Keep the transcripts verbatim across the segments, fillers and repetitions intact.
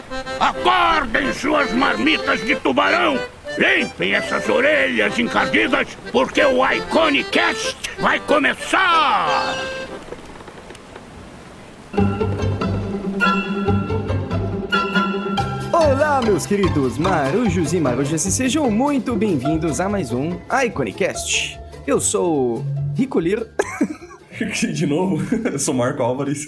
Acordem suas marmitas de tubarão! Limpem essas orelhas encardidas, porque o Iconicast vai começar! Olá, meus queridos marujos e marujas, e sejam muito bem-vindos a mais um Iconicast. Eu sou o Rico Lira. De novo, eu sou Marco Álvares.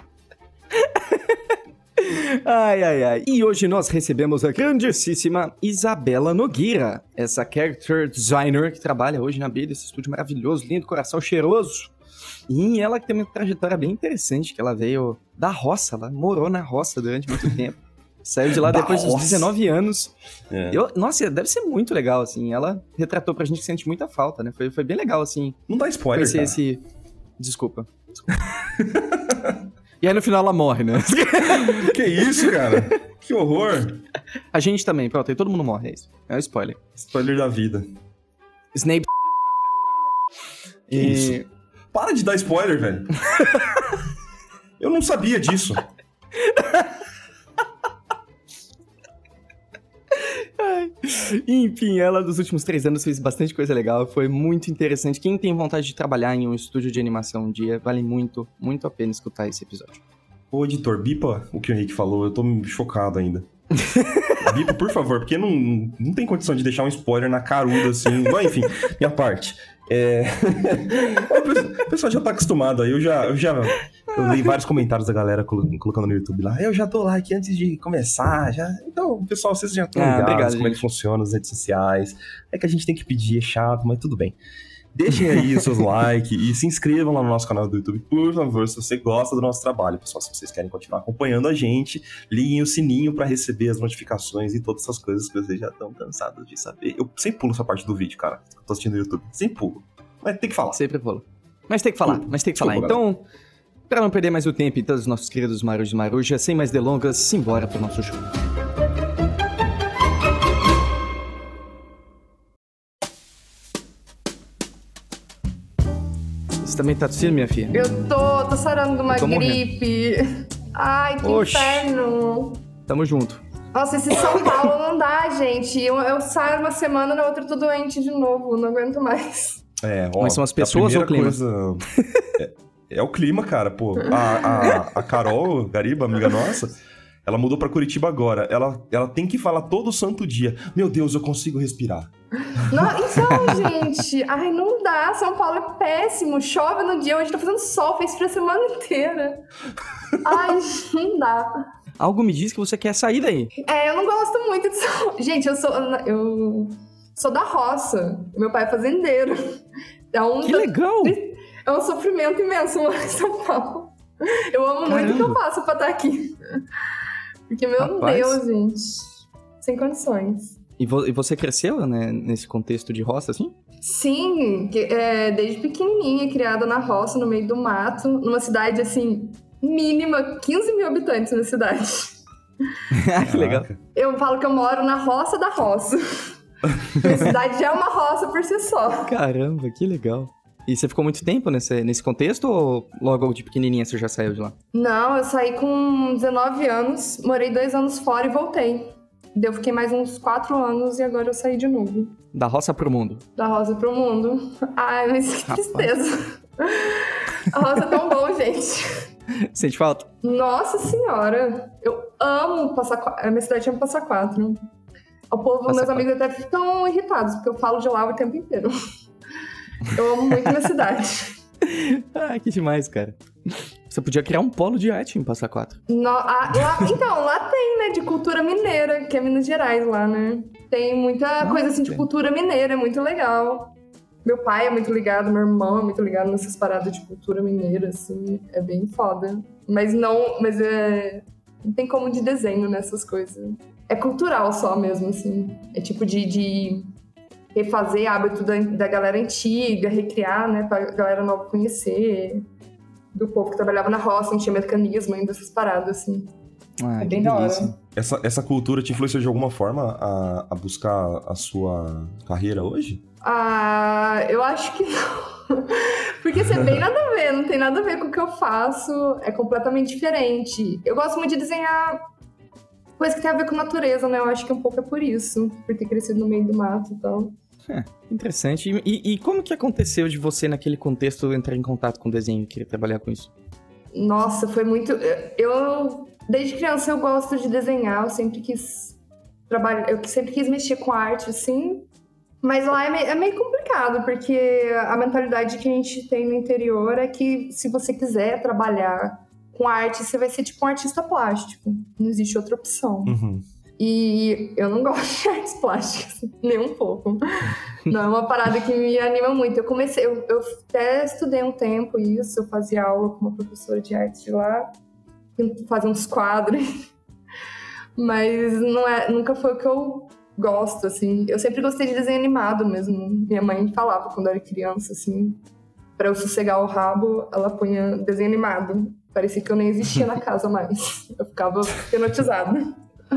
Ai, ai, ai. E hoje nós recebemos a grandíssima Isabela Nogueira, essa character designer que trabalha hoje na B desse estúdio maravilhoso, lindo, coração cheiroso. E ela que tem uma trajetória bem interessante, que ela veio da roça, ela morou na roça durante muito tempo. Saiu de lá da depois roça. dos dezenove anos. É. Eu, nossa, deve ser muito legal, assim. Ela retratou pra gente que sente muita falta, né? Foi, foi bem legal, assim. Não dá spoiler, cara. Esse... Desculpa. Desculpa. E aí no final ela morre, né? Que isso, cara? Que horror. A gente também, pronto, aí todo mundo morre, é isso. É um spoiler. Spoiler da vida. Snape. Que e... isso? Para de dar spoiler, velho. Eu não sabia disso. Enfim, ela dos últimos três anos fez bastante coisa legal, foi muito interessante. Quem tem vontade de trabalhar em um estúdio de animação um dia, vale muito, muito a pena escutar esse episódio. Ô, editor, bipa o que o Henrique falou, eu tô chocado ainda. Bipa, por favor, porque não, não tem condição de deixar um spoiler na caruda, assim. Mas, enfim, minha parte. É... o pessoal já tá acostumado aí, eu já... Eu já... Eu li vários comentários da galera colocando no YouTube lá. Eu já dou like antes de começar. Já... Então, pessoal, vocês já estão ah, ligados obrigado, como gente. é que funciona as redes sociais. É que a gente tem que pedir, é chato, mas tudo bem. Deixem aí os seus likes e se inscrevam lá no nosso canal do YouTube, por favor, se você gosta do nosse trabalho. Pessoal, se vocês querem continuar acompanhando a gente, liguem o sininho para receber as notificações e todas essas coisas que vocês já estão cansados de saber. Eu sempre pulo essa parte do vídeo, cara. Eu tô assistindo no YouTube. Sempre pulo. Mas tem que falar. Sempre pulo. Mas tem que falar, mas tem que falar. Desculpa, então... Galera. Para não perder mais o tempo e todos os nossos queridos marujos e marujas, sem mais delongas, simbora pro nosso show. Você também tá tossindo, minha filha? Eu tô, tô sarando de uma gripe. Morrendo. Ai, que Oxi. inferno. Tamo junto. Nossa, esse São Paulo não dá, gente. Eu, eu saio uma semana, na outra tô doente de novo, não aguento mais. É, ó, mas são as pessoas ou o clima? Coisa... é... É o clima, cara, pô. A, a, a Carol Gariba, amiga nossa, ela mudou pra Curitiba agora. Ela, ela tem que falar todo santo dia. Meu Deus, eu consigo respirar. Não, então, gente, ai, não dá. São Paulo é péssimo. Chove no dia, hoje tá fazendo sol, fez frio a semana inteira. Ai, não dá. Algo me diz que você quer sair daí. É, eu não gosto muito de São... Gente, eu sou... Eu sou da roça. Meu pai é fazendeiro. Então, que legal! É um sofrimento imenso morar em São Paulo. Eu amo Caramba. muito o que eu faço pra estar aqui. Porque, meu Rapaz. Deus, gente. Sem condições. E, vo- e você cresceu, né, nesse contexto de roça, assim? Sim. Que, é, desde pequenininha, criada na roça, no meio do mato. Numa cidade, assim, mínima. quinze mil habitantes na cidade. Ah, que legal. Eu falo que eu moro na roça da roça. Minha cidade já é uma roça por si só. Caramba, que legal. E você ficou muito tempo nesse, nesse contexto ou logo de pequenininha você já saiu de lá? Não, eu saí com dezenove anos, morei dois anos fora e voltei. Eu fiquei mais uns quatro anos e agora eu saí de novo. Da roça pro mundo? Da roça pro mundo. Ai, mas que tristeza. A roça é tão bom, gente. Sente falta? Nossa senhora, eu amo Passa... A minha cidade chama Passa Quatro. O povo, Passa meus quatro. amigos até ficam irritados, porque eu falo de lá o tempo inteiro. Eu amo muito minha cidade. Ah, que demais, cara. Você podia criar um polo de arte em Passa Quatro. No, a, lá, então, lá tem, né, de cultura mineira, que é Minas Gerais lá, né? Tem muita ah, coisa assim de cultura mineira, é muito legal. Meu pai é muito ligado, meu irmão é muito ligado nessas paradas de cultura mineira, assim, é bem foda. Mas não, mas é... Não tem como de desenho nessas coisas. É cultural só mesmo, assim. É tipo de... de... refazer hábito da, da galera antiga, recriar, né, pra galera nova conhecer, do povo que trabalhava na roça, não tinha mecanismo ainda, essas paradas, assim. Ah, é bem da hora. Essa, essa cultura te influenciou de alguma forma a, a buscar a sua carreira hoje? Ah, eu acho que não. Porque isso é bem nada a ver, não tem nada a ver com o que eu faço, é completamente diferente. Eu gosto muito de desenhar coisa que tem a ver com natureza, né? Eu acho que um pouco é por isso, por ter crescido no meio do mato e tal. É, interessante. E, e como que aconteceu de você, naquele contexto, entrar em contato com desenho e querer trabalhar com isso? Nossa, foi muito... Eu, desde criança, eu gosto de desenhar, eu sempre quis trabalhar, eu sempre quis mexer com arte, assim, mas lá é meio, é meio complicado, porque a mentalidade que a gente tem no interior é que se você quiser trabalhar com arte, você vai ser tipo um artista plástico, não existe outra opção. Uhum. E eu não gosto de artes plásticas, nem um pouco. Não, é uma parada que me anima muito. Eu comecei, eu, eu até estudei um tempo isso, eu fazia aula com uma professora de arte de lá, fazia uns quadros, mas não é, nunca foi o que eu gosto, assim. Eu sempre gostei de desenho animado mesmo. Minha mãe falava quando eu era criança, assim, pra eu sossegar o rabo, ela punha desenho animado. Parecia que eu nem existia na casa mais. Eu ficava hipnotizada.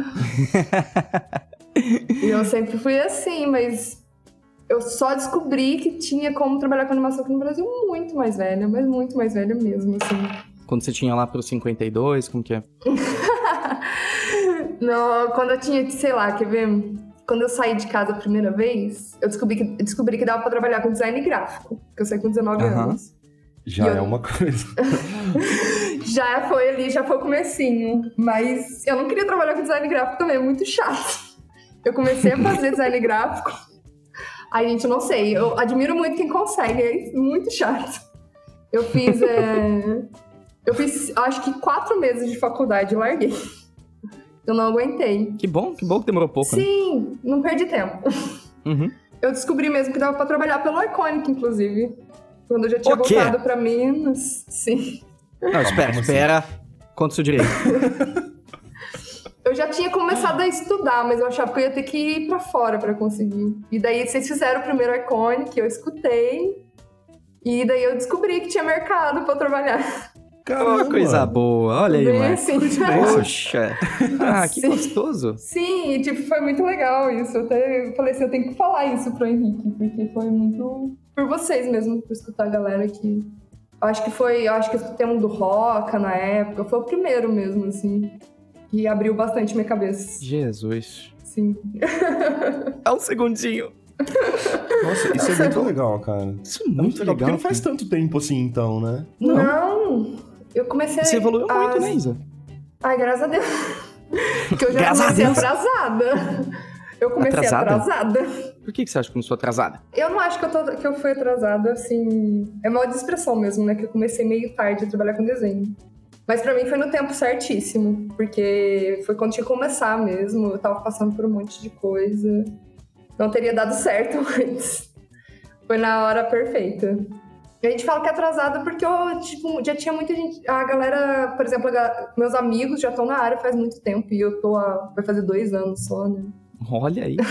E eu sempre fui assim, mas eu só descobri que tinha como trabalhar com animação aqui no Brasil muito mais velha, mas muito mais velha mesmo, assim. Quando você tinha lá pros cinquenta e dois, como que é? Não, quando eu tinha, sei lá, quer ver? Quando eu saí de casa a primeira vez, eu descobri que, descobri que dava pra trabalhar com design gráfico, porque eu saí com dezenove Aham. anos. Já eu... é uma coisa. Já foi ali, já foi o comecinho. Mas eu não queria trabalhar com design gráfico também, é muito chato. Eu comecei a fazer design gráfico. Ai, gente, eu não sei. Eu admiro muito quem consegue, é muito chato. Eu fiz, é... eu fiz, acho que quatro meses de faculdade e larguei. Eu não aguentei. Que bom, que bom que demorou pouco, né? Sim, não perdi tempo. Uhum. Eu descobri mesmo que dava pra trabalhar pelo Iconic, inclusive. Quando eu já tinha O quê? voltado pra Minas. Sim. Não, espera, como espera. Conta o seu direito. Eu já tinha começado a estudar, mas eu achava que eu ia ter que ir pra fora pra conseguir. E daí vocês fizeram o primeiro Iconic, eu escutei. E daí eu descobri que tinha mercado pra trabalhar. Oh, coisa boa. Olha aí, Bem mano. assim. Poxa. Ah, que Sim. gostoso. Sim, e tipo, foi muito legal isso. Eu até falei assim, eu tenho que falar isso pro Henrique, porque foi muito por vocês mesmo, por escutar a galera aqui. Eu acho que foi, eu acho que eu escutei um do Roca na época, foi o primeiro mesmo, assim, que abriu bastante minha cabeça. Jesus. Sim. Dá um segundinho. Nossa, isso é muito legal, cara. Isso é muito legal. Porque não faz cara. tanto tempo assim, então, né? Não. Não, eu comecei... Você evoluiu a... muito, né, Isa? Ai, graças a Deus. Porque eu já Graças a comecei Deus. atrasada. Eu comecei Atrasada? atrasada. Por que, que você acha que começou atrasada? Eu não acho que eu, tô, que eu fui atrasada, assim... É modo de expressão mesmo, né? Que eu comecei meio tarde a trabalhar com desenho. Mas pra mim foi no tempo certíssimo. Porque foi quando tinha que começar mesmo. Eu tava passando por um monte de coisa. Não teria dado certo antes. Foi na hora perfeita. E a gente fala que é atrasada porque eu, tipo, já tinha muita gente... A galera, por exemplo, a, meus amigos já estão na área faz muito tempo. E eu tô há... Vai fazer dois anos só, né? Olha aí.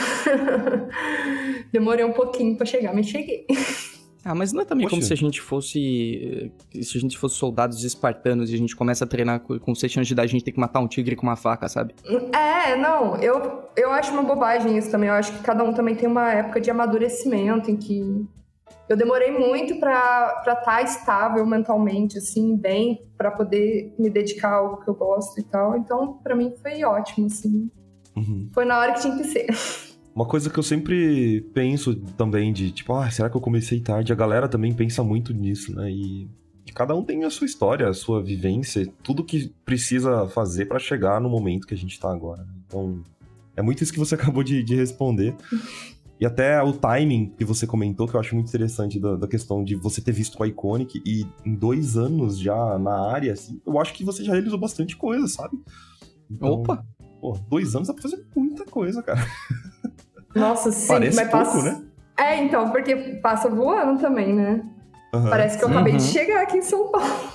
Demorei um pouquinho pra chegar, mas cheguei. Ah, mas não é também Poxa. como se a gente fosse... Se a gente fosse soldados espartanos e a gente começa a treinar com, com seis anos de idade, a gente tem que matar um tigre com uma faca, sabe? É, não, eu, eu acho uma bobagem isso também. Eu acho que cada um também tem uma época de amadurecimento em que... Eu demorei muito pra estar tá estável mentalmente, assim, bem, pra poder me dedicar a algo que eu gosto e tal. Então, pra mim, foi ótimo, assim. Uhum. Foi na hora que tinha que ser. Uma coisa que eu sempre penso também de, tipo, ah, será que eu comecei tarde? A galera também pensa muito nisso, né? E, e cada um tem a sua história, a sua vivência, tudo que precisa fazer pra chegar no momento que a gente tá agora. Então, é muito isso que você acabou de, de responder. E até o timing que você comentou, que eu acho muito interessante da, da questão de você ter visto o Iconic e em dois anos já na área, assim, eu acho que você já realizou bastante coisa, sabe? Então, Opa! Pô, dois anos dá pra fazer muita coisa, cara. Nossa, sim. Parece mas pouco, passa... né? É, então, porque passa voando também, né? Uhum. Parece que eu acabei de Uhum. chegar aqui em São Paulo.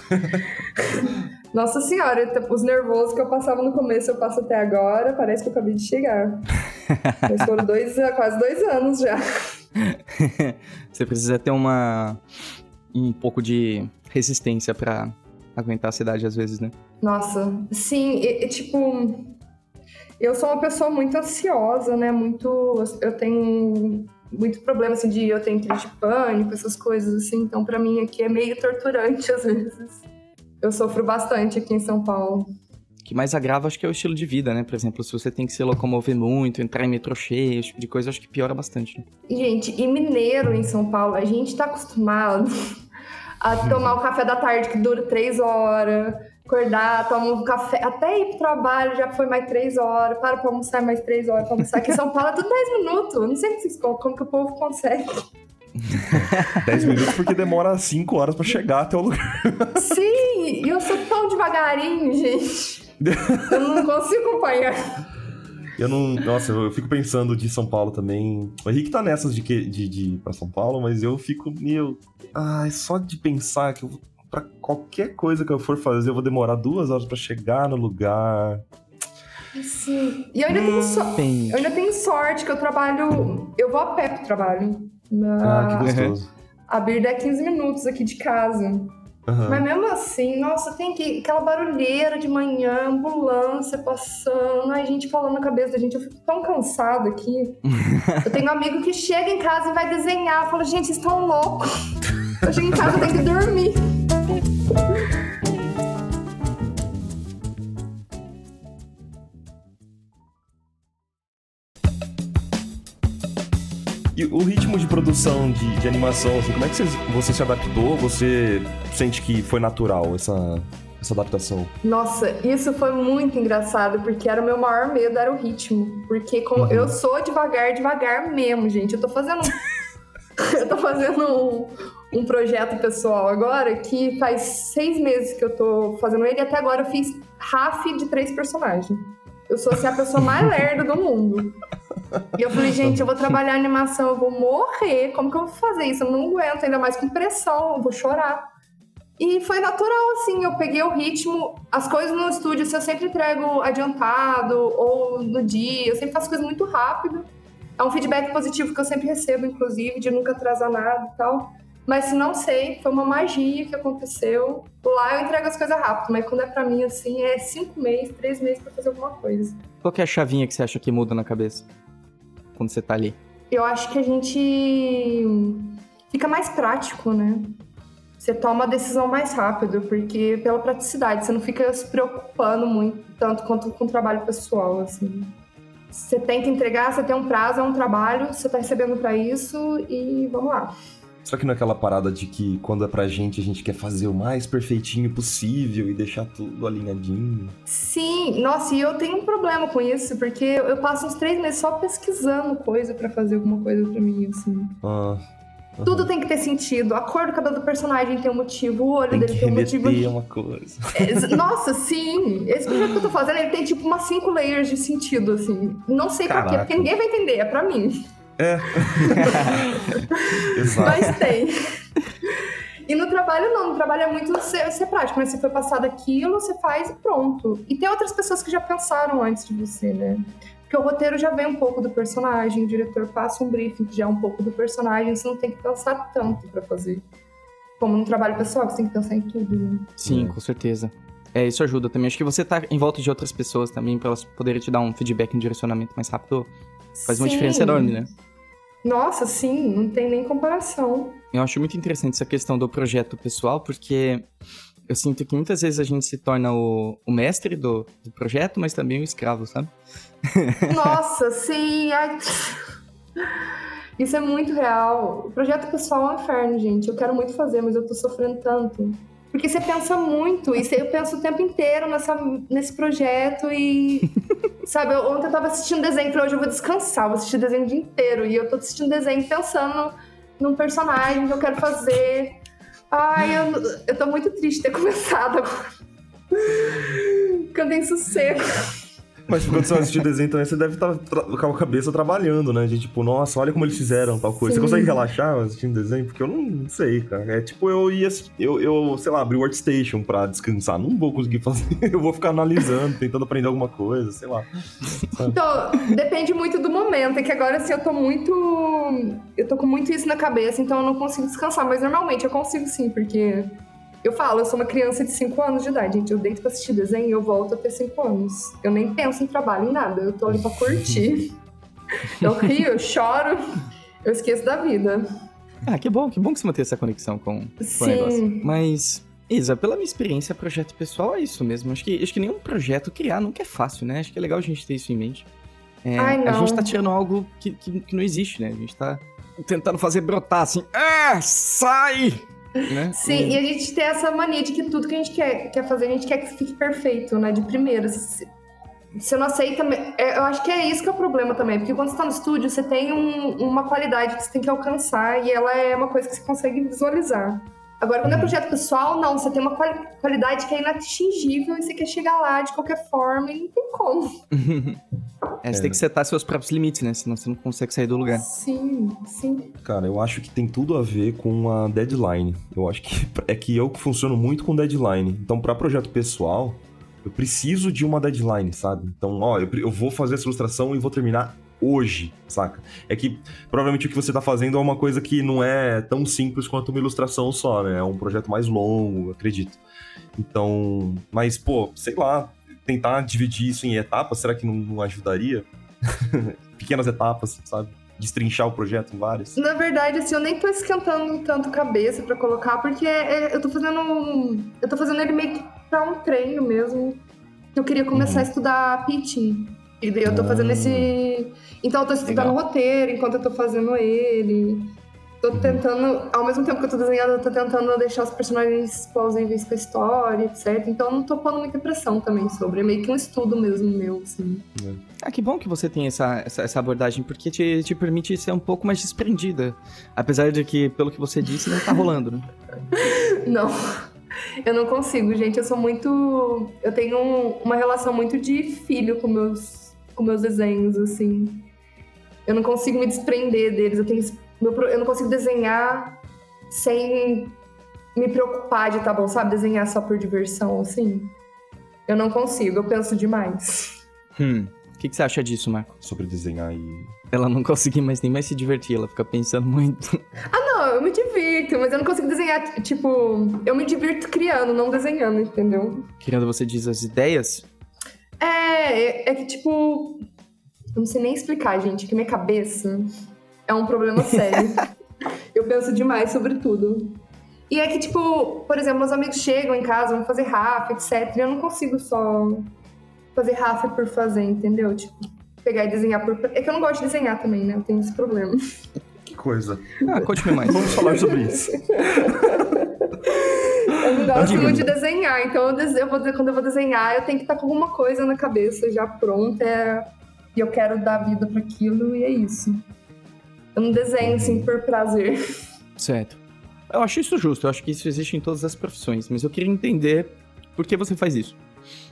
Nossa senhora, os nervosos que eu passava no começo, eu passo até agora, parece que eu acabei de chegar. Mas foram dois, quase dois anos já. Você precisa ter uma... um pouco de resistência pra aguentar a cidade às vezes, né? Nossa, sim, e, e, tipo... Eu sou uma pessoa muito ansiosa, né? Muito... Eu tenho muito problema, assim, de... Eu tenho crise de pânico, essas coisas, assim. Então, pra mim, aqui é meio torturante, às vezes. Eu sofro bastante aqui em São Paulo. que mais agrava, acho que é o estilo de vida, né? Por exemplo, se você tem que se locomover muito, entrar em metrô cheio, esse tipo de coisa, acho que piora bastante, né? Gente, e mineiro em São Paulo, a gente tá acostumado a tomar o café da tarde que dura três horas, acordar, tomar um café, até ir pro trabalho já foi mais três horas, para pra almoçar mais três horas pra almoçar. Aqui em São Paulo é tudo dez minutos, eu não sei como, vocês, como que o povo consegue. dez minutos porque demora cinco horas pra chegar até o lugar. Sim, e eu sou tão devagarinho, gente. Eu não consigo acompanhar. Eu não... Nossa, eu fico pensando de São Paulo também. O Henrique tá nessas de, que, de, de ir pra São Paulo, mas eu fico, meu... Ai, só de pensar que eu, pra qualquer coisa que eu for fazer, eu vou demorar duas horas pra chegar no lugar. Sim. E eu ainda, tenho, so... eu ainda tenho sorte que eu trabalho... Eu vou a pé pro trabalho. Na... Ah, que gostoso. A Birda é quinze minutos aqui de casa. Uhum. Mas mesmo assim, nossa, tem que... Aquela barulheira de manhã, ambulância passando, ai, gente falando na cabeça da gente, eu fico tão cansada aqui. Eu tenho um amigo que chega em casa e vai desenhar, eu falo, gente, vocês estão loucos. Eu chego em casa, eu tenho que dormir. E o ritmo de produção de, de animação, assim, como é que você, você se adaptou? Você sente que foi natural essa, essa adaptação? Nossa, isso foi muito engraçado, porque era o meu maior medo, era o ritmo. Porque com, uhum. eu sou devagar, devagar mesmo, gente. Eu tô fazendo, eu tô fazendo um, um projeto pessoal agora que faz seis meses que eu tô fazendo ele, e até agora eu fiz half de três personagens. Eu sou assim, a pessoa mais lerda do mundo. E eu falei, gente, eu vou trabalhar animação, eu vou morrer. Como que eu vou fazer isso? Eu não aguento, ainda mais com pressão, eu vou chorar. E foi natural, assim, eu peguei o ritmo. As coisas no estúdio, se eu sempre entrego adiantado ou no dia, eu sempre faço coisas muito rápido. É um feedback positivo que eu sempre recebo, inclusive, de nunca atrasar nada e tal. Mas se não sei, foi uma magia que aconteceu. Lá eu entrego as coisas rápido, mas quando é pra mim, assim, é cinco meses, três meses pra fazer alguma coisa. Qual que é a chavinha que você acha que muda na cabeça quando você tá ali? Eu acho que a gente fica mais prático, né? Você toma a decisão mais rápido, porque pela praticidade, você não fica se preocupando muito, tanto quanto com o trabalho pessoal, assim. Você tenta entregar, você tem um prazo, é um trabalho, você tá recebendo pra isso e vamos lá. Só que não é aquela parada de que quando é pra gente, a gente quer fazer o mais perfeitinho possível e deixar tudo alinhadinho? Sim, nossa, e eu tenho um problema com isso, porque eu passo uns três meses só pesquisando coisa pra fazer alguma coisa pra mim, assim. Ah, uhum. Tudo tem que ter sentido, a cor do cabelo do personagem tem um motivo, o olho tem dele tem um motivo. Tem que remeter uma coisa. É, nossa, sim! Esse projeto que eu tô fazendo, ele tem tipo umas cinco layers de sentido, assim. Não sei por quê, porque ninguém vai entender, é pra mim. É. Exato. Mas tem. E no trabalho não, no trabalho é muito ser, ser prático, né? Você foi passado aquilo, você faz e pronto. E tem outras pessoas que já pensaram antes de você, né? Porque o roteiro já vem um pouco do personagem, o diretor passa um briefing que já é um pouco do personagem, você não tem que pensar tanto pra fazer. Como no trabalho pessoal, você tem que pensar em tudo, né? Sim, com certeza. É, isso ajuda também. Acho que você tá em volta de outras pessoas também, pra elas poderem te dar um feedback, um direcionamento mais rápido, faz Sim. uma diferença enorme, né? Nossa, sim, não tem nem comparação. Eu acho muito interessante essa questão do projeto pessoal, porque eu sinto que muitas vezes a gente se torna o, o mestre do, do projeto, mas também o escravo, sabe? Nossa, sim! Ai... Isso é muito real. O projeto pessoal é um inferno, gente. Eu quero muito fazer, mas eu tô sofrendo tanto. Porque você pensa muito, e eu penso o tempo inteiro nessa, nesse projeto e... Sabe, eu, ontem eu tava assistindo desenho, falei, hoje eu vou descansar, vou assistir desenho o dia inteiro. E eu tô assistindo desenho pensando num personagem que eu quero fazer. Ai, eu, eu tô muito triste de ter começado agora. Porque eu tenho sossego. Mas quando você assistir desenho também, você deve estar tra- com a cabeça trabalhando, né? De tipo, nossa, olha como eles fizeram tal coisa. Sim. Você consegue relaxar assistindo desenho? Porque eu não sei, cara. É tipo, eu ia, eu, eu sei lá, abrir o Workstation pra descansar. Não vou conseguir fazer. Eu vou ficar analisando, tentando aprender alguma coisa, sei lá. Então, depende muito do momento. É que agora, assim, eu tô muito... Eu tô com muito isso na cabeça, então eu não consigo descansar. Mas normalmente eu consigo sim, porque... Eu falo, eu sou uma criança de cinco anos de idade, gente. Eu deito pra assistir desenho e eu volto a ter cinco anos. Eu nem penso em trabalho, em nada. Eu tô ali pra curtir. Eu rio, eu choro. Eu esqueço da vida. Ah, que bom, que bom que você mantém essa conexão com, com Sim. o negócio. Mas Isa, pela minha experiência, projeto pessoal é isso mesmo. Acho que, acho que nenhum projeto criar nunca é fácil, né? Acho que é legal a gente ter isso em mente. É, Ai, a não. gente tá tirando algo que, que, que não existe, né? A gente tá tentando fazer brotar assim. Ah, sai! Né? Sim, e a gente tem essa mania de que tudo que a gente quer, quer fazer, a gente quer que fique perfeito, né? De primeira. Se, você não aceita... Eu acho que é isso que é o problema também. Porque quando você tá no estúdio, você tem um, uma qualidade que você tem que alcançar. E ela é uma coisa que você consegue visualizar. Agora, quando é projeto pessoal, não. Você tem uma quali- qualidade que é inatingível. E você quer chegar lá de qualquer forma. E não tem como. É, você É. tem que setar seus próprios limites, né? Senão você não consegue sair do lugar. Sim, sim. Cara, eu acho que tem tudo a ver com a deadline. Eu acho que é que eu que funciono muito com deadline. Então, pra projeto pessoal, eu preciso de uma deadline, sabe? Então, ó, eu, pre- eu vou fazer essa ilustração e vou terminar hoje, saca? É que provavelmente o que você tá fazendo é uma coisa que não é tão simples quanto uma ilustração só, né? É um projeto mais longo, acredito. Então, mas, pô, sei lá, tentar dividir isso em etapas, será que não, não ajudaria? Pequenas etapas, sabe? Destrinchar o projeto em várias. Na verdade, assim, eu nem tô esquentando tanto cabeça pra colocar, porque é- eu tô fazendo um- eu tô fazendo ele meio que pra um treino mesmo. Eu queria começar Uhum. a estudar pitching. E daí eu tô fazendo Ah. esse... Então eu tô estudando o Legal. roteiro enquanto eu tô fazendo ele. Tô Uhum. tentando... Ao mesmo tempo que eu tô desenhando, eu tô tentando deixar os personagens plausíveis com a história, etcétera. Então eu não tô pondo muita pressão também sobre. É meio que um estudo mesmo meu, assim. Ah, que bom que você tem essa, essa, essa abordagem, porque te, te permite ser um pouco mais desprendida. Apesar de que, pelo que você disse, não tá rolando, né? Não, eu não consigo, gente. Eu sou muito... Eu tenho um- uma relação muito de filho com meus, com meus desenhos, assim. Eu não consigo me desprender deles. Eu, tenho, meu pro- eu não consigo desenhar sem me preocupar de tá bom, sabe? Desenhar só por diversão, assim. Eu não consigo, eu penso demais. Hum, o que, que você acha disso, Marco? Sobre desenhar e... Ela não conseguir mais nem mais se divertir, ela fica pensando muito. Ah, não, eu me divirto, mas eu não consigo desenhar, tipo... Eu me divirto criando, não desenhando, entendeu? Querendo você diz as ideias? É, é, é que, tipo... Eu não sei nem explicar, gente, que minha cabeça é um problema sério. Eu penso demais sobre tudo. E é que, tipo, por exemplo, meus amigos chegam em casa, vão fazer rafa, etcétera. E eu não consigo só fazer rafa por fazer, entendeu? Tipo, pegar e desenhar por... É que eu não gosto de desenhar também, né? Eu tenho esse problema. Que coisa. Ah, conte-me mais. Vamos falar sobre isso. Eu não gosto Diga-me. muito de desenhar, então eu dese- eu vou, quando eu vou desenhar, eu tenho que estar com alguma coisa na cabeça já pronta, é- e eu quero dar vida para aquilo, e é isso. Eu não desenho, assim, por prazer. Certo. Eu acho isso justo, eu acho que isso existe em todas as profissões, mas eu queria entender por que você faz isso.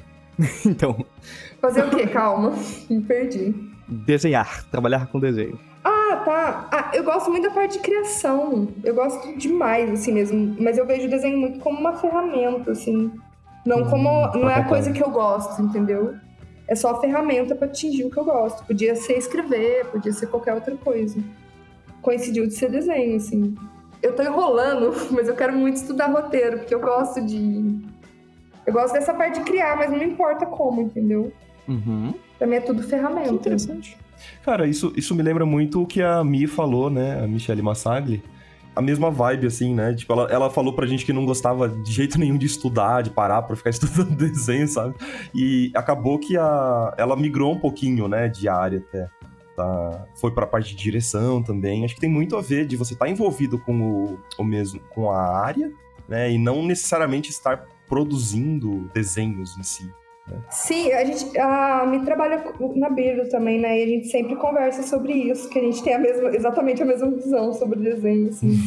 Então, Fazer o quê? Calma, me perdi. desenhar, trabalhar com desenho. Ah, tá. Ah, eu gosto muito da parte de criação. Eu gosto demais, assim mesmo. Mas eu vejo o desenho muito como uma ferramenta, assim. Não como... Não é a coisa que eu gosto, entendeu? É só a ferramenta pra atingir o que eu gosto. Podia ser escrever, podia ser qualquer outra coisa. Coincidiu de ser desenho, assim. Eu tô enrolando, mas eu quero muito estudar roteiro, porque eu gosto de... Eu gosto dessa parte de criar, mas não me importa como, entendeu? Uhum. Pra mim é tudo ferramenta. Que interessante. Cara, isso, isso me lembra muito o que a Mi falou, né? A Michelle Massagli. A mesma vibe, assim, né? Tipo, ela, ela falou pra gente que não gostava de jeito nenhum de estudar, de parar pra ficar estudando desenho, sabe? E acabou que a, ela migrou um pouquinho, né? De área até. Tá? Foi pra parte de direção também. Acho que tem muito a ver de você estar envolvido com o, o mesmo, com a área, né? E não necessariamente estar produzindo desenhos em si. Sim, a gente a me trabalha na Birdo também, né? E a gente sempre conversa sobre isso, que a gente tem a mesma, exatamente a mesma visão sobre desenho, assim.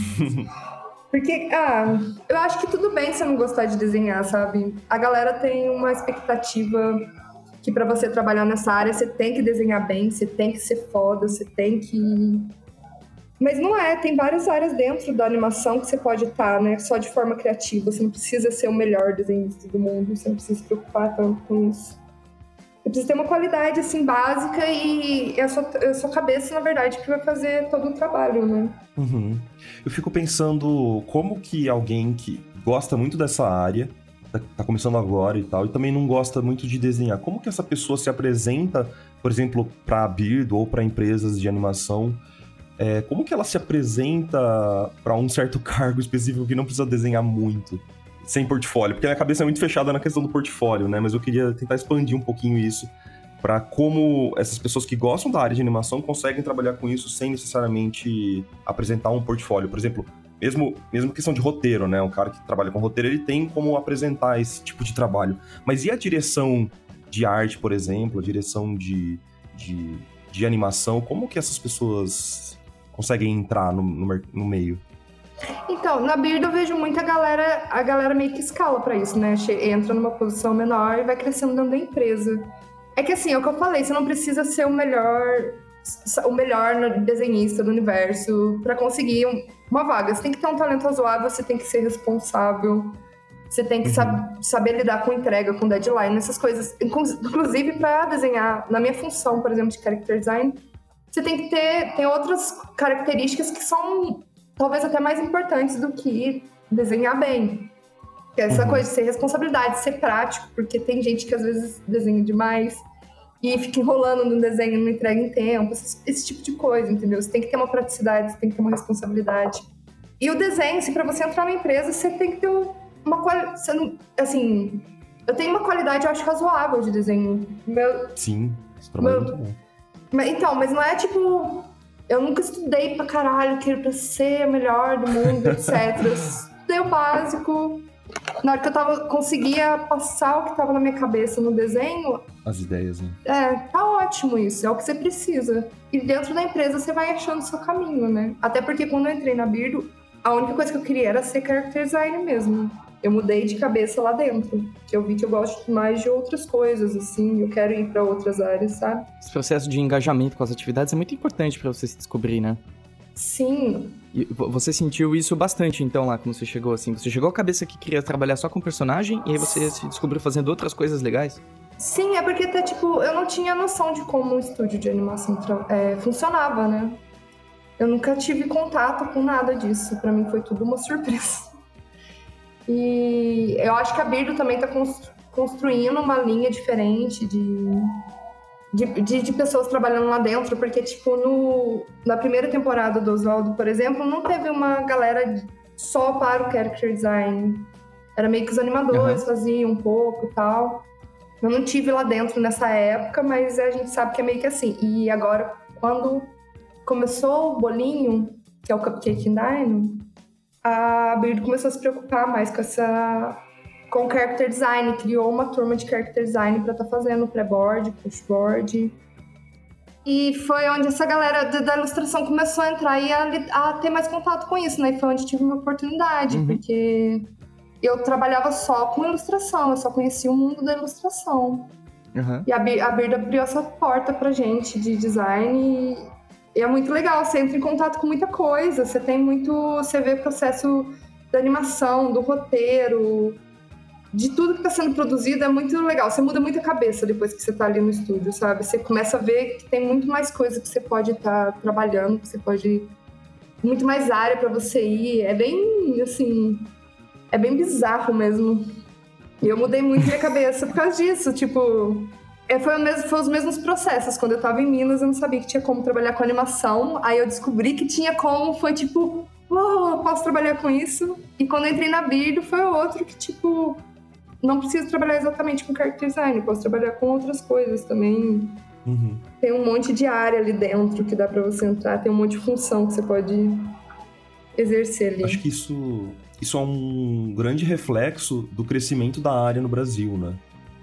Porque, ah, eu acho que tudo bem você não gostar de desenhar, sabe? A galera tem uma expectativa que pra você trabalhar nessa área, você tem que desenhar bem, você tem que ser foda, você tem que... Mas não é, tem várias áreas dentro da animação que você pode estar, né? Só de forma criativa. Você não precisa ser o melhor desenhista do mundo, você não precisa se preocupar tanto com isso. Você precisa ter uma qualidade, assim, básica e é a sua, é a sua cabeça, na verdade, que vai fazer todo o trabalho, né? Uhum. Eu fico pensando como que alguém que gosta muito dessa área, tá, tá começando agora e tal, e também não gosta muito de desenhar, como que essa pessoa se apresenta, por exemplo, pra Birdo ou pra empresas de animação? É, como que ela se apresenta para um certo cargo específico que não precisa desenhar muito? sem portfólio, porque a minha cabeça é muito fechada na questão do portfólio, né? Mas eu queria tentar expandir um pouquinho isso para como essas pessoas que gostam da área de animação conseguem trabalhar com isso sem necessariamente apresentar um portfólio. Por exemplo, mesmo, mesmo questão de roteiro, né? Um cara que trabalha com roteiro, ele tem como apresentar esse tipo de trabalho. Mas e a direção de arte, por exemplo, a direção de, de, de animação, como que essas pessoas conseguem entrar no, no, no meio? Então, na Beard eu vejo muita galera, a galera meio que escala pra isso, né? Entra numa posição menor e vai crescendo dentro da empresa. É que assim, é o que eu falei, você não precisa ser o melhor, o melhor desenhista do universo pra conseguir uma vaga. Você tem que ter um talento razoável, você tem que ser responsável, você tem que uhum. sab- saber lidar com entrega, com deadline, essas coisas. Inclusive pra desenhar, na minha função, por exemplo, de character design, você tem que ter tem outras características que são talvez até mais importantes do que desenhar bem. Que é essa uhum. coisa de ser responsabilidade, de ser prático, porque tem gente que às vezes desenha demais e fica enrolando no desenho, não entrega em tempo, esse, esse tipo de coisa, entendeu? Você tem que ter uma praticidade, você tem que ter uma responsabilidade. E o desenho, assim, pra você entrar na empresa, você tem que ter uma qualidade, assim, eu tenho uma qualidade, eu acho, razoável de desenho. Meu, Sim, esse trabalho meu, é muito bom. Mas, então, mas não é tipo... Eu nunca estudei pra caralho, quero pra ser a melhor do mundo, etcétera. Eu estudei o básico. Na hora que eu tava, conseguia passar o que tava na minha cabeça no desenho... As ideias, né? É, tá ótimo isso, é o que você precisa. E dentro da empresa você vai achando o seu caminho, né? Até porque quando eu entrei na Birdo, a única coisa que eu queria era ser character designer mesmo. Eu mudei de cabeça lá dentro, que eu vi que eu gosto mais de outras coisas, assim, eu quero ir pra outras áreas, sabe? Esse processo de engajamento com as atividades é muito importante pra você se descobrir, né? Sim. E você sentiu isso bastante, então, lá, quando você chegou, assim? Você chegou à cabeça que queria trabalhar só com personagem e aí você se descobriu fazendo outras coisas legais? Sim, é porque até, tipo, eu não tinha noção de como um estúdio de animação tra- é, funcionava, né? Eu nunca tive contato com nada disso, pra mim foi tudo uma surpresa. E eu acho que a Birdo também tá constru- construindo uma linha diferente de, de, de, de pessoas trabalhando lá dentro, porque, tipo, no, na primeira temporada do Oswaldo, por exemplo, não teve uma galera só para o character design. Era meio que os animadores uhum. faziam um pouco e tal. Eu não tive lá dentro nessa época, mas a gente sabe que é meio que assim. E agora, quando começou o bolinho, que é o Cupcake Dino, a Birdo começou a se preocupar mais com essa com o character design, criou uma turma de character design para estar tá fazendo pré-board, push-board. E foi onde essa galera da, da ilustração começou a entrar e a, a ter mais contato com isso, né? E foi onde tive uma oportunidade, uhum. porque eu trabalhava só com ilustração, eu só conhecia o mundo da ilustração. Uhum. E a, a Birdo abriu essa porta pra gente de design e E é muito legal, você entra em contato com muita coisa, você tem muito... Você vê o processo da animação, do roteiro, de tudo que está sendo produzido, é muito legal. Você muda muito a cabeça depois que você está ali no estúdio, sabe? Você começa a ver que tem muito mais coisa que você pode estar tá trabalhando, que você pode... Muito mais área para você ir. É bem, assim... É bem bizarro mesmo. E eu mudei muito minha cabeça por causa disso, tipo... É, foi, o mesmo, foi os mesmos processos. Quando eu tava em Minas, eu não sabia que tinha como trabalhar com animação. Aí eu descobri que tinha como, foi tipo, uau, eu posso trabalhar com isso. E quando eu entrei na Birdo, foi outro que, tipo, não preciso trabalhar exatamente com character design, eu posso trabalhar com outras coisas também. Uhum. Tem um monte de área ali dentro que dá pra você entrar, tem um monte de função que você pode exercer ali. Acho que isso, isso é um grande reflexo do crescimento da área no Brasil, né?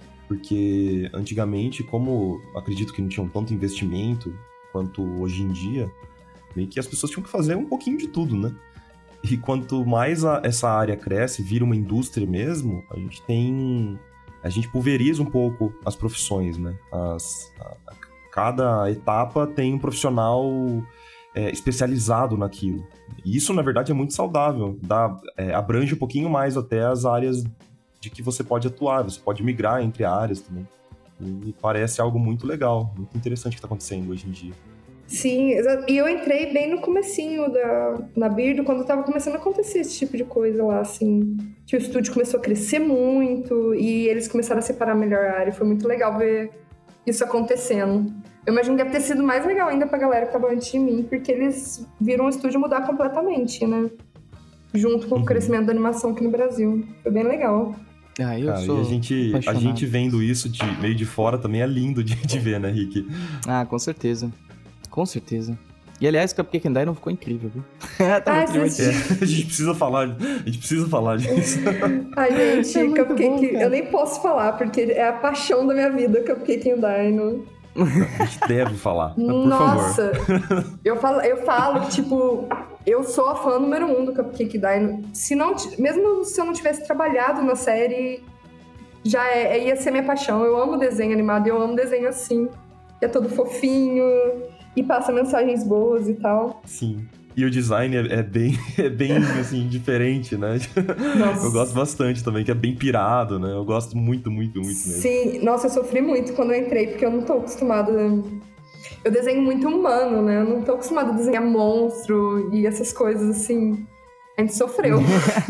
Porque antigamente, como acredito que não tinham tanto investimento quanto hoje em dia, meio que as pessoas tinham que fazer um pouquinho de tudo, né? E quanto mais a, essa área cresce, vira uma indústria mesmo, a gente tem... A gente pulveriza um pouco as profissões, né? As, a, a, cada etapa tem um profissional é, especializado naquilo. E isso, na verdade, é muito saudável. Dá, é, abrange um pouquinho mais até as áreas de que você pode atuar, você pode migrar entre áreas também. E parece algo muito legal, muito interessante que está acontecendo hoje em dia. Sim, e eu entrei bem no comecinho da, na Birdo, quando estava começando a acontecer esse tipo de coisa lá, assim, que o estúdio começou a crescer muito e eles começaram a separar melhor a área. Foi muito legal ver isso acontecendo. Eu imagino que deve ter sido mais legal ainda pra galera que estava antes de mim, porque eles viram o estúdio mudar completamente, né? junto com o crescimento da animação aqui no Brasil. Foi bem legal. Ah, eu Cara, sou e a gente, a apaixonado. gente vendo isso de meio de fora também é lindo de, de ver, né, Rick? Ah, com certeza. Com certeza. E aliás, Cupcake and Dino ficou incrível, viu? tá Ah, muito divertido. É, a gente precisa falar, a gente precisa falar disso. Ai, gente, É muito Cupcake, bom, cara. eu nem posso falar, porque é a paixão da minha vida, Cupcake and Dino. A gente deve falar, por Nossa! favor. Eu falo, eu falo que, tipo, eu sou a fã número um do Cupcake Dino. Se não, t- mesmo se eu não tivesse trabalhado na série, já é, ia ser minha paixão. Eu amo desenho animado, eu amo desenho assim. Que é todo fofinho e passa mensagens boas e tal. Sim. E o design é, é bem, é bem assim, diferente, né? Nossa. Eu gosto bastante também, que é bem pirado, né? Eu gosto muito, muito, muito mesmo. Sim, nossa, eu sofri muito quando eu entrei, porque eu não tô acostumada. Eu desenho muito humano, né? Eu não tô acostumada a desenhar monstro e essas coisas assim. A gente sofreu.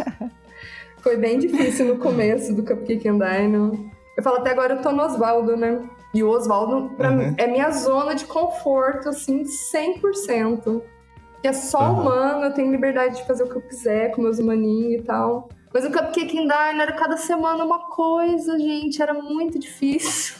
Foi bem difícil no começo do Cupcake and Dino. Eu falo, até agora eu tô no Osvaldo, né? E o Osvaldo, pra Uhum. mim, é minha zona de conforto, assim, cem por cento. Que é só Uhum. humano, eu tenho liberdade de fazer o que eu quiser com meus humaninhos e tal. Mas o Cupcake and Dino era cada semana uma coisa, gente. Era muito difícil.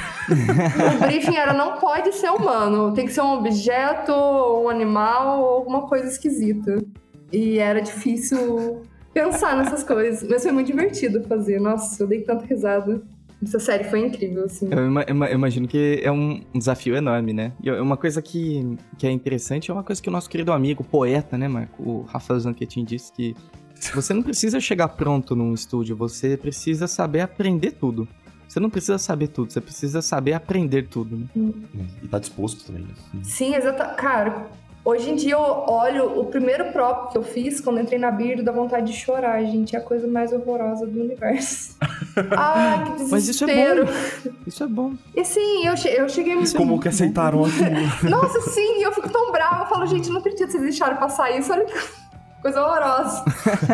O briefing era, não pode ser humano. Tem que ser um objeto, ou um animal, ou alguma coisa esquisita. E era difícil pensar nessas coisas. Mas foi muito divertido fazer. Nossa, eu dei tanta risada. Essa série foi incrível, assim. Eu, ima- ima- eu imagino que é um um desafio enorme, né? E uma coisa que, que é interessante é uma coisa que o nosso querido amigo, poeta, né, Marco? O Rafael Zanquetin disse que você não precisa chegar pronto num estúdio, você precisa saber aprender tudo. Você não precisa saber tudo, você precisa saber aprender tudo, né? E tá disposto também, né? Sim, exato. Cara, hoje em dia eu olho o primeiro prop que eu fiz quando eu entrei na Birdo, dá vontade de chorar, gente. É a coisa mais horrorosa do universo. Ah, que desespero. Mas isso é bom. Isso é bom. E sim, eu, che- eu cheguei muito... Como que aceitaram aquilo? Nossa, sim, eu fico tão brava. Eu falo, gente, não acredito que vocês deixaram passar isso. Olha que coisa horrorosa.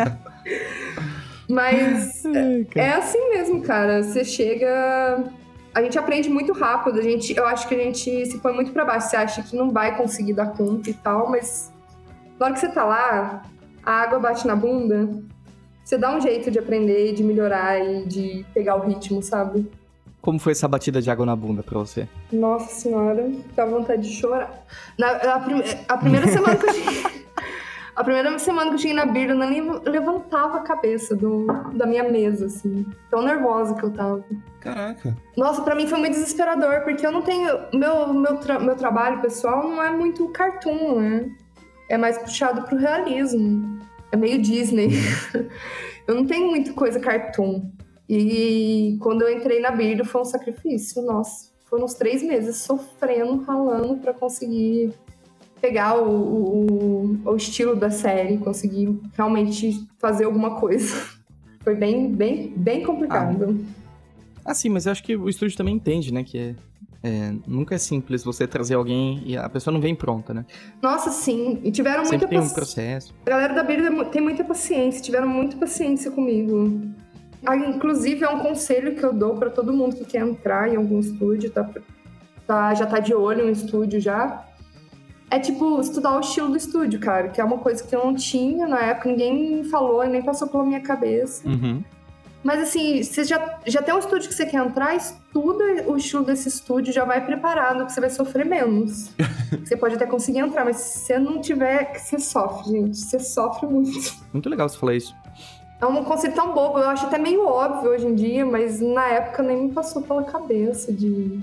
Mas Ai, cara. é assim mesmo, cara. Você chega... A gente aprende muito rápido. A gente, eu acho que a gente se põe muito pra baixo. Você acha que não vai conseguir dar conta e tal, mas na hora que você tá lá, a água bate na bunda, você dá um jeito de aprender, de melhorar e de pegar o ritmo, sabe? Como foi essa batida de água na bunda pra você? Nossa senhora, dá vontade de chorar. Na, a, prim- a primeira semana que eu cheguei... A primeira semana que eu cheguei na Birdo, eu nem levantava a cabeça do, da minha mesa, assim. Tão nervosa que eu tava. Caraca. Nossa, pra mim foi muito desesperador, porque eu não tenho... Meu, meu, tra- meu trabalho pessoal não é muito cartoon, né? É mais puxado pro realismo. É meio Disney. Eu não tenho muita coisa cartoon. E quando eu entrei na Birdo foi um sacrifício, nossa. Foram uns três meses sofrendo, ralando pra conseguir pegar o, o, o estilo da série, conseguir realmente fazer alguma coisa. Foi bem, bem, bem complicado. Ah, sim, mas eu acho que o estúdio também entende, né? Que é, é, nunca é simples você trazer alguém e a pessoa não vem pronta, né? Nossa, sim. E tiveram Sempre muita tem um paci- processo. A galera da Birdo é mu- tem muita paciência, tiveram muita paciência comigo. Ah, inclusive, é um conselho que eu dou pra todo mundo que quer entrar em algum estúdio, tá, tá, já tá de olho no estúdio já. É tipo, estudar o estilo do estúdio, cara, que é uma coisa que eu não tinha na época, ninguém me falou, nem passou pela minha cabeça. Uhum. Mas assim, você já, já tem um estúdio que você quer entrar, estuda o estilo desse estúdio, já vai preparado, que você vai sofrer menos. Você pode até conseguir entrar, mas se você não tiver, você sofre, gente. Você sofre muito. Muito legal você falar isso. É um conceito tão bobo, eu acho até meio óbvio hoje em dia, mas na época nem me passou pela cabeça de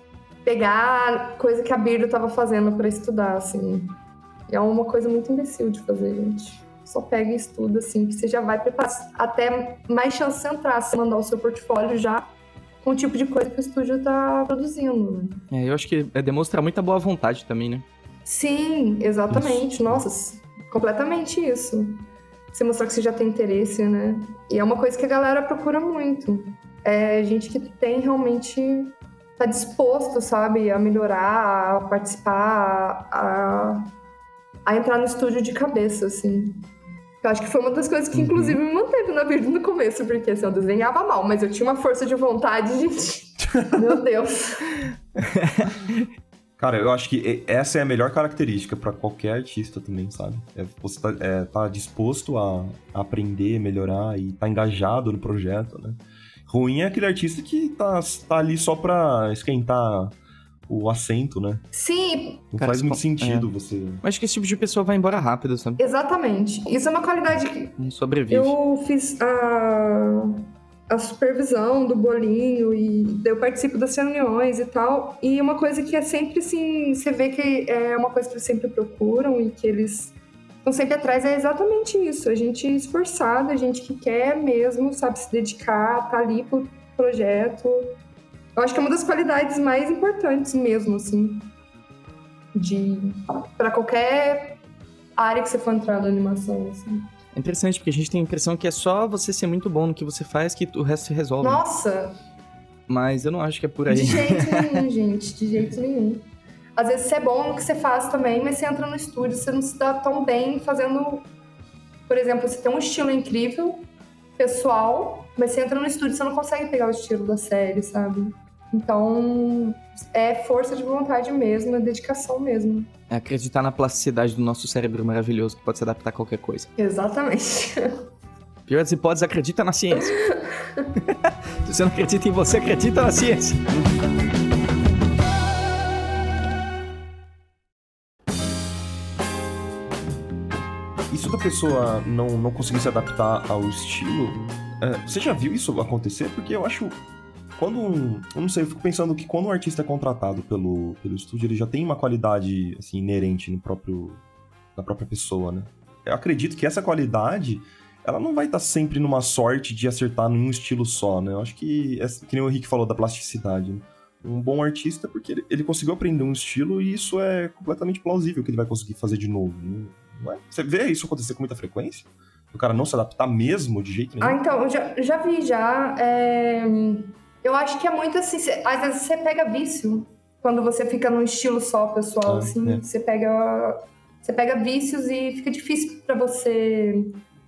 pegar coisa que a Birdo tava fazendo pra estudar, assim. É uma coisa muito imbecil de fazer, gente. Só pega e estuda, assim, que você já vai preparar. Até mais chance de entrar, se mandar o seu portfólio já com o tipo de coisa que o estúdio tá produzindo, né? É, eu acho que é demonstrar muita boa vontade também, né? Sim, exatamente. Isso. Nossa, completamente isso. Você mostrar que você já tem interesse, né? E é uma coisa que a galera procura muito. É gente que tem realmente... tá disposto, sabe? A melhorar, a participar, a, a entrar no estúdio de cabeça, assim. Eu acho que foi uma das coisas que, Uhum. inclusive, me manteve na Birdo no começo. Porque, assim, eu desenhava mal, mas eu tinha uma força de vontade, gente. Meu Deus. Cara, eu acho que essa é a melhor característica pra qualquer artista também, sabe? É você tá, é, tá disposto a, a aprender, melhorar e tá engajado no projeto, né? Ruim é aquele artista que tá, tá ali só pra esquentar o assento, né? Sim. Não Cara, faz muito é. sentido você... Eu acho que esse tipo de pessoa vai embora rápido, sabe? Exatamente. Isso é uma qualidade que Não sobrevive. eu fiz a, a supervisão do bolinho e eu participo das reuniões e tal. E uma coisa que é sempre assim, você vê que é uma coisa que eles sempre procuram e que eles estão sempre atrás, é exatamente isso. A gente esforçado, a gente que quer mesmo, sabe, se dedicar, tá ali pro projeto. Eu acho que é uma das qualidades mais importantes mesmo, assim, de para qualquer área que você for entrar na animação, assim. É interessante, porque a gente tem a impressão que é só você ser muito bom no que você faz que o resto se resolve. Nossa! Mas eu não acho que é por aí. De jeito nenhum, gente, de jeito nenhum. Às vezes você é bom no que você faz também, mas você entra no estúdio, você não se dá tão bem fazendo... Por exemplo, você tem um estilo incrível, pessoal, mas você entra no estúdio e você não consegue pegar o estilo da série, sabe? Então, é força de vontade mesmo, é dedicação mesmo. É acreditar na plasticidade do nosso cérebro maravilhoso, que pode se adaptar a qualquer coisa. Exatamente. Pior das hipóteses, acredita na ciência. Se você não acredita em você, acredita na ciência. Isso da pessoa não, não conseguir se adaptar ao estilo, é, você já viu isso acontecer? Porque eu acho... Quando um... Eu não sei, eu fico pensando que quando um artista é contratado pelo, pelo estúdio, ele já tem uma qualidade, assim, inerente no próprio, na própria pessoa, né? Eu acredito que essa qualidade, ela não vai estar sempre numa sorte de acertar num estilo só, né? Eu acho que, é, que nem o Henrique falou da plasticidade, né? Um bom artista, porque ele, ele conseguiu aprender um estilo e isso é completamente plausível que ele vai conseguir fazer de novo, né? Não é? Você vê isso acontecer com muita frequência? O cara não se adaptar mesmo de jeito nenhum? Ah, então, eu já, já vi, já. É... Eu acho que é muito assim, cê, às vezes você pega vício, quando você fica num estilo só, pessoal, Ah, assim, é. você pega, você pega vícios e fica difícil pra você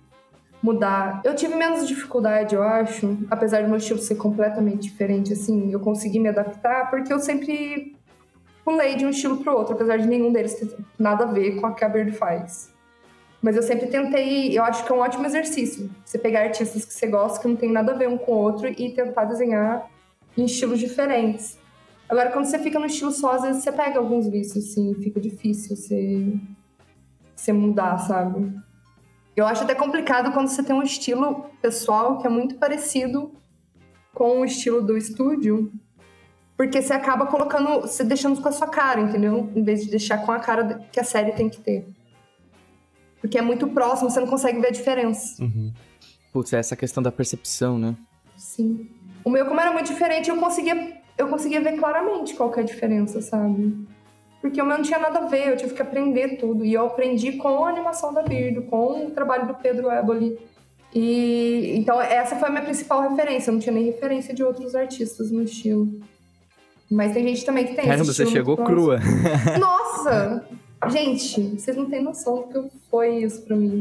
mudar. Eu tive menos dificuldade, eu acho, apesar do meu estilo ser completamente diferente, assim, eu consegui me adaptar, porque eu sempre pulei de um estilo pro outro, apesar de nenhum deles ter nada a ver com o que a Bird faz. Mas eu sempre tentei, eu acho que é um ótimo exercício. Você pegar artistas que você gosta, que não tem nada a ver um com o outro, e tentar desenhar em estilos diferentes. Agora, quando você fica no estilo só, às vezes você pega alguns vícios, assim, fica difícil você, você mudar, sabe? Eu acho até complicado quando você tem um estilo pessoal que é muito parecido com o estilo do estúdio, porque você acaba colocando, você deixando com a sua cara, entendeu? Em vez de deixar com a cara que a série tem que ter. Porque é muito próximo, você não consegue ver a diferença. Uhum. Putz, é essa questão da percepção, né? Sim. O meu, como era muito diferente, eu conseguia, eu conseguia ver claramente qual que é a diferença, sabe? Porque o meu não tinha nada a ver, eu tive que aprender tudo. E eu aprendi com a animação da Birdo, com o trabalho do Pedro Eboli. E então essa foi a minha principal referência. Eu não tinha nem referência de outros artistas no estilo. Mas tem gente também que tem Caramba, esse você estilo chegou muito crua. próximo. Nossa! Gente, vocês não têm noção do que foi isso pra mim.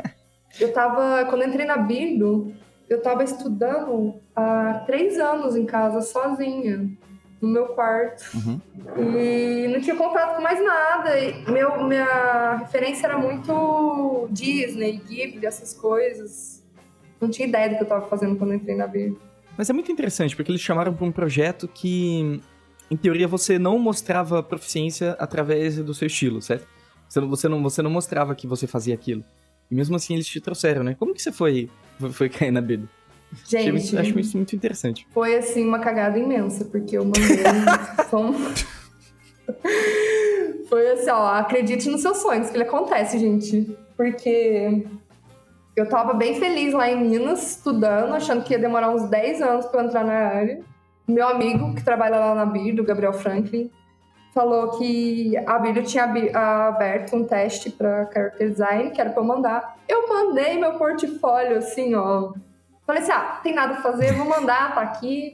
Eu tava... Quando eu entrei na Birdo, eu tava estudando há três anos em casa, sozinha. No meu quarto. Uhum. E não tinha contato com mais nada. E meu, minha referência era muito Disney, Ghibli, essas coisas. Não tinha ideia do que eu tava fazendo quando eu entrei na Birdo. Mas é muito interessante, porque eles chamaram pra um projeto que, em teoria, você não mostrava proficiência através do seu estilo, certo? Você não, você não, você não mostrava que você fazia aquilo. E mesmo assim eles te trouxeram, né? Como que você foi, foi, foi cair na Birdo? Gente, Achei, acho isso muito interessante. Foi, assim, uma cagada imensa, porque eu mandei... som... Foi assim, ó, acredite nos seus sonhos, que ele acontece, gente. Porque eu tava bem feliz lá em Minas, estudando, achando que ia demorar uns dez anos pra eu entrar na área. Meu amigo, que trabalha lá na Birdo, o Gabriel Franklin, falou que a Birdo tinha aberto um teste pra character design, que era pra eu mandar. Eu mandei meu portfólio, assim, ó... Falei assim, ah, tem nada a fazer, vou mandar, tá aqui.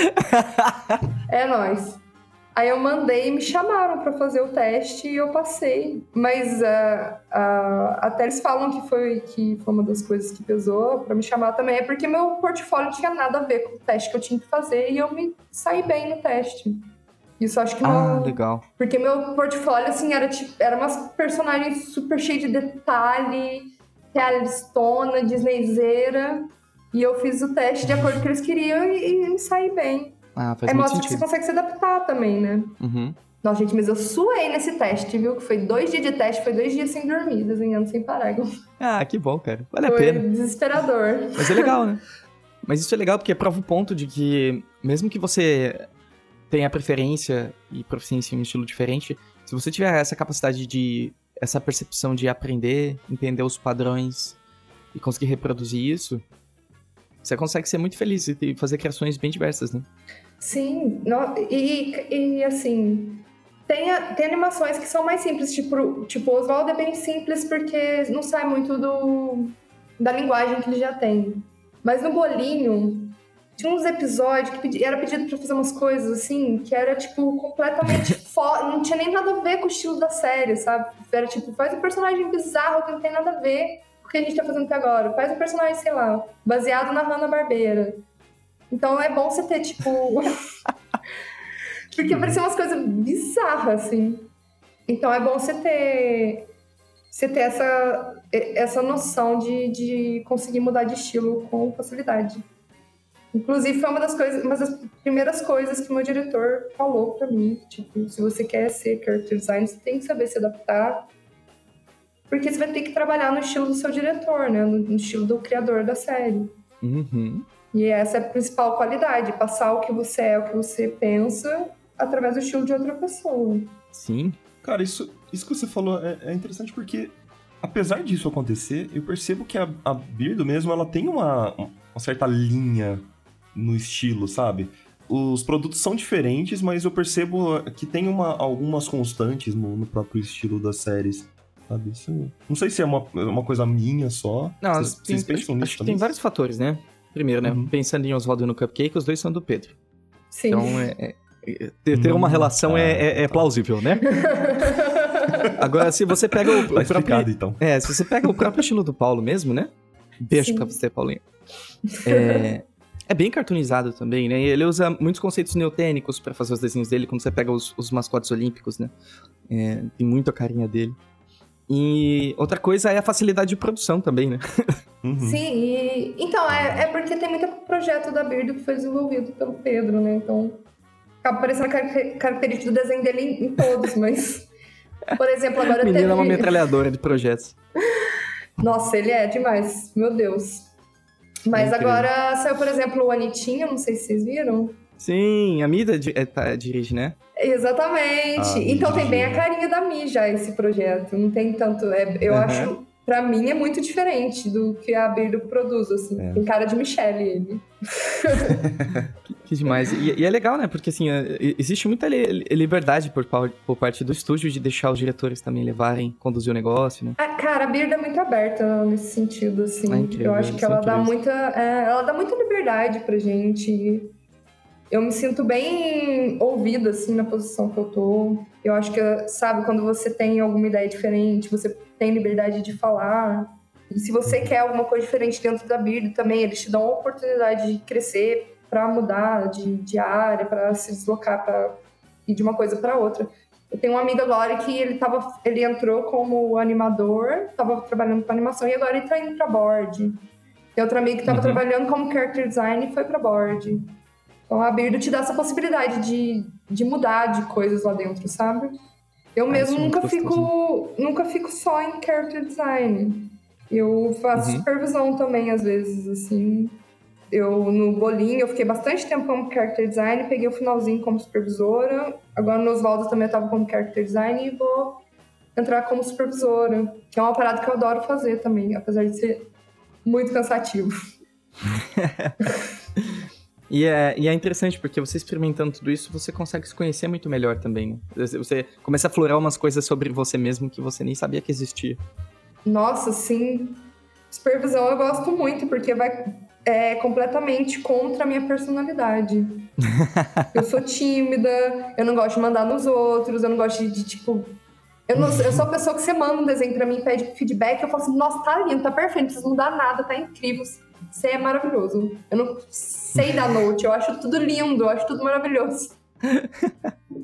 É nóis. Aí eu mandei e me chamaram pra fazer o teste e eu passei. Mas uh, uh, até eles falam que foi, que foi uma das coisas que pesou pra me chamar também. É porque meu portfólio não tinha nada a ver com o teste que eu tinha que fazer e eu me saí bem no teste. Isso acho que Ah, não... legal. Porque meu portfólio, assim, era tipo... Era umas personagens super cheias de detalhe, realistona, disneyzeira. E eu fiz o teste de acordo com o que eles queriam e, e saí bem. Ah, faz Aí muito mostra que você sentido. consegue se adaptar também, né? Uhum. Nossa, gente, mas eu suei nesse teste, viu? Que foi dois dias de teste, foi dois dias sem dormir, desenhando sem parar. Ah, que bom, cara. Vale a Foi pena. desesperador. Mas é legal, né? Mas isso é legal porque prova o ponto de que, mesmo que você tenha preferência e proficiência em um estilo diferente, se você tiver essa capacidade de... essa percepção de aprender, entender os padrões e conseguir reproduzir isso, você consegue ser muito feliz e fazer criações bem diversas, né? Sim, no, e, e assim, tem, a, tem animações que são mais simples, tipo, tipo o Oswaldo é bem simples porque não sai muito do, da linguagem que ele já tem. Mas no Bolinho, tinha uns episódios que pedi, era pedido pra fazer umas coisas assim, que era tipo completamente fora, não tinha nem nada a ver com o estilo da série, sabe? Era tipo, faz um personagem bizarro que não tem nada a ver com o que a gente tá fazendo até agora. Faz um personagem, sei lá, baseado na Hanna-Barbera. Então é bom você ter, tipo... Porque apareciam umas coisas bizarras, assim. Então é bom você ter... Você ter essa, essa noção de, de conseguir mudar de estilo com facilidade. Inclusive, foi uma das coisas, uma das primeiras coisas que o meu diretor falou pra mim. Tipo, se você quer ser character design, você tem que saber se adaptar. Porque você vai ter que trabalhar no estilo do seu diretor, né? No estilo do criador da série. Uhum. E essa é a principal qualidade, passar o que você é, o que você pensa, através do estilo de outra pessoa. Sim. Cara, isso, isso que você falou é, é interessante porque, apesar disso acontecer, eu percebo que a, a Birdo mesmo, ela tem uma, uma certa linha no estilo, sabe? Os produtos são diferentes, mas eu percebo que tem uma, algumas constantes no, no próprio estilo das séries. Sabe? Isso, não sei se é uma, uma coisa minha só. Não, vocês, tem, vocês pensam acho, nisso acho que também? tem vários fatores, né? Primeiro, né? Uhum. Pensando em Oswaldo e no Cupcake, os dois são do Pedro. Sim. Então, é, é, é, ter, ter uma Hum, relação tá, é, é, é tá. plausível, né? Agora, se você pega o, o Tá próprio... explicado, então. É, se você pega o próprio estilo do Paulo mesmo, né? Beijo Sim. pra você, Paulinho. É, é bem cartoonizado também, né? E ele usa muitos conceitos neotênicos pra fazer os desenhos dele, quando você pega os, os mascotes olímpicos, né? É, tem muito a carinha dele. E outra coisa é a facilidade de produção também, né? Uhum. Sim, e... Então, é, é porque tem muito projeto da Birdo que foi desenvolvido pelo Pedro, né? Então, acaba parecendo a car- característica do desenho dele em, em todos, mas... Por exemplo, agora Menino teve... é uma metralhadora de projetos. Nossa, ele é demais, meu Deus. Mas É incrível. agora saiu, por exemplo, o Anitinha, não sei se vocês viram. Sim, a Mida di- é, tá, dirige, né? Exatamente. Ah, então tem bem a dirigiu. carinha da Mi já, esse projeto. Não tem tanto... É, eu Uhum. acho, pra mim, é muito diferente do que a Birdo produz, assim. É. Tem cara de Michelle, ele. Que demais. E, e é legal, né? Porque, assim, é, existe muita li- liberdade por, pau- por parte do estúdio de deixar os diretores também levarem, conduzir o negócio, né? Ah, cara, a Birdo é muito aberta nesse sentido, assim. Ah, incrível, eu acho eles que ela são dá incríveis. muita... é, ela dá muita liberdade pra gente. Eu me sinto bem ouvida, assim, na posição que eu tô. Eu acho que, sabe, quando você tem alguma ideia diferente, você tem liberdade de falar. E se você quer alguma coisa diferente dentro da Birdo também, eles te dão a oportunidade de crescer, pra mudar de, de área, pra se deslocar, pra ir de uma coisa pra outra. Eu tenho um amigo agora que ele, tava, ele entrou como animador, tava trabalhando com animação, e agora ele tá indo pra board. Tem outro amigo que tava Uhum. trabalhando como character design e foi pra board. Então a Birdo te dá essa possibilidade de, de mudar de coisas lá dentro, sabe? Eu Ah, mesmo isso é muito nunca fico, nunca fico só em character design. Eu faço Uhum. supervisão também, às vezes, assim. Eu, no Bolinho, eu fiquei bastante tempo como character design, peguei o finalzinho como supervisora. Agora no Oswaldo também eu tava como character design e vou entrar como supervisora, que é uma parada que eu adoro fazer também, apesar de ser muito cansativo. E é, e é interessante, porque você experimentando tudo isso, você consegue se conhecer muito melhor também, né? Você- Você começa a florar umas coisas sobre você mesmo que você nem sabia que existia. Nossa, sim. Supervisão eu gosto muito, porque vai é, completamente contra a minha personalidade. Eu sou tímida, eu não gosto de mandar nos outros, eu não gosto de, de, tipo... Eu, não, eu sou a pessoa que você manda um desenho pra mim, pede feedback, eu falo assim, nossa, tá lindo, tá perfeito, não precisa mudar nada, tá incrível. Você é maravilhoso. Eu não sei dar note, eu acho tudo lindo, eu acho tudo maravilhoso.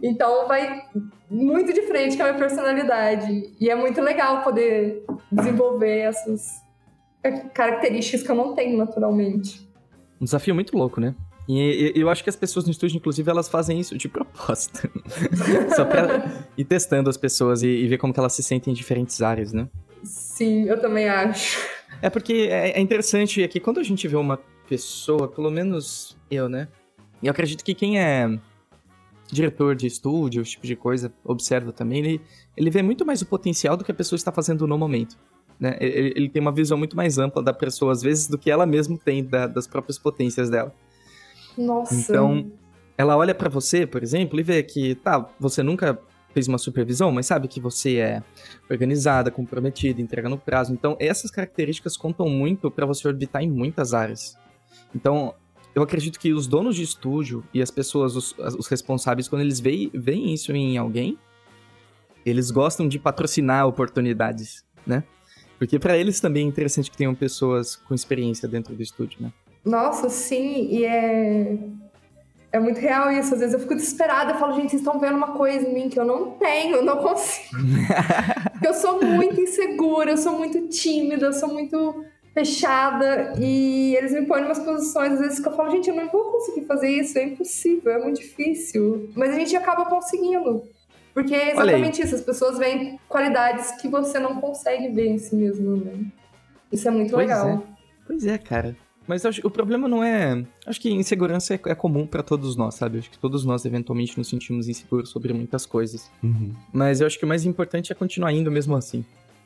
Então vai muito de frente com a minha personalidade. E é muito legal poder desenvolver essas características que eu não tenho naturalmente. Um desafio muito louco, né? E, e eu acho que as pessoas no estúdio, inclusive, elas fazem isso de propósito. Só pra ir testando as pessoas e, e ver como que elas se sentem em diferentes áreas, né? Sim, eu também acho. É porque é, é interessante que quando a gente vê uma pessoa, pelo menos eu, né? E eu acredito que quem é diretor de estúdio, esse tipo de coisa, observa também, ele, ele vê muito mais o potencial do que a pessoa está fazendo no momento. Né? Ele, ele tem uma visão muito mais ampla da pessoa, às vezes, do que ela mesma tem da, das próprias potências dela. Nossa. Então, ela olha pra você, por exemplo, e vê que, tá, você nunca fez uma supervisão, mas sabe que você é organizada, comprometida, entrega no prazo. Então, essas características contam muito pra você orbitar em muitas áreas. Então, eu acredito que os donos de estúdio e as pessoas, os, os responsáveis, quando eles veem, veem isso em alguém, eles gostam de patrocinar oportunidades, né? Porque pra eles também é interessante que tenham pessoas com experiência dentro do estúdio, né? Nossa, sim, e é... É muito real isso. Às vezes eu fico desesperada, eu falo, gente, vocês estão vendo uma coisa em mim que eu não tenho, eu não consigo. Porque eu sou muito insegura, eu sou muito tímida, eu sou muito fechada, e eles me põem em umas posições, às vezes, que eu falo, gente, eu não vou conseguir fazer isso, é impossível, é muito difícil. Mas a gente acaba conseguindo. Porque é exatamente isso, as pessoas veem qualidades que você não consegue ver em si mesmo, né? Isso é muito Pois legal. é. Pois é, cara. Mas eu acho, o problema não é... Acho que insegurança é, é comum pra todos nós, sabe? Acho que todos nós, eventualmente, nos sentimos inseguros sobre muitas coisas. Uhum. Mas eu acho que o mais importante é continuar indo mesmo assim.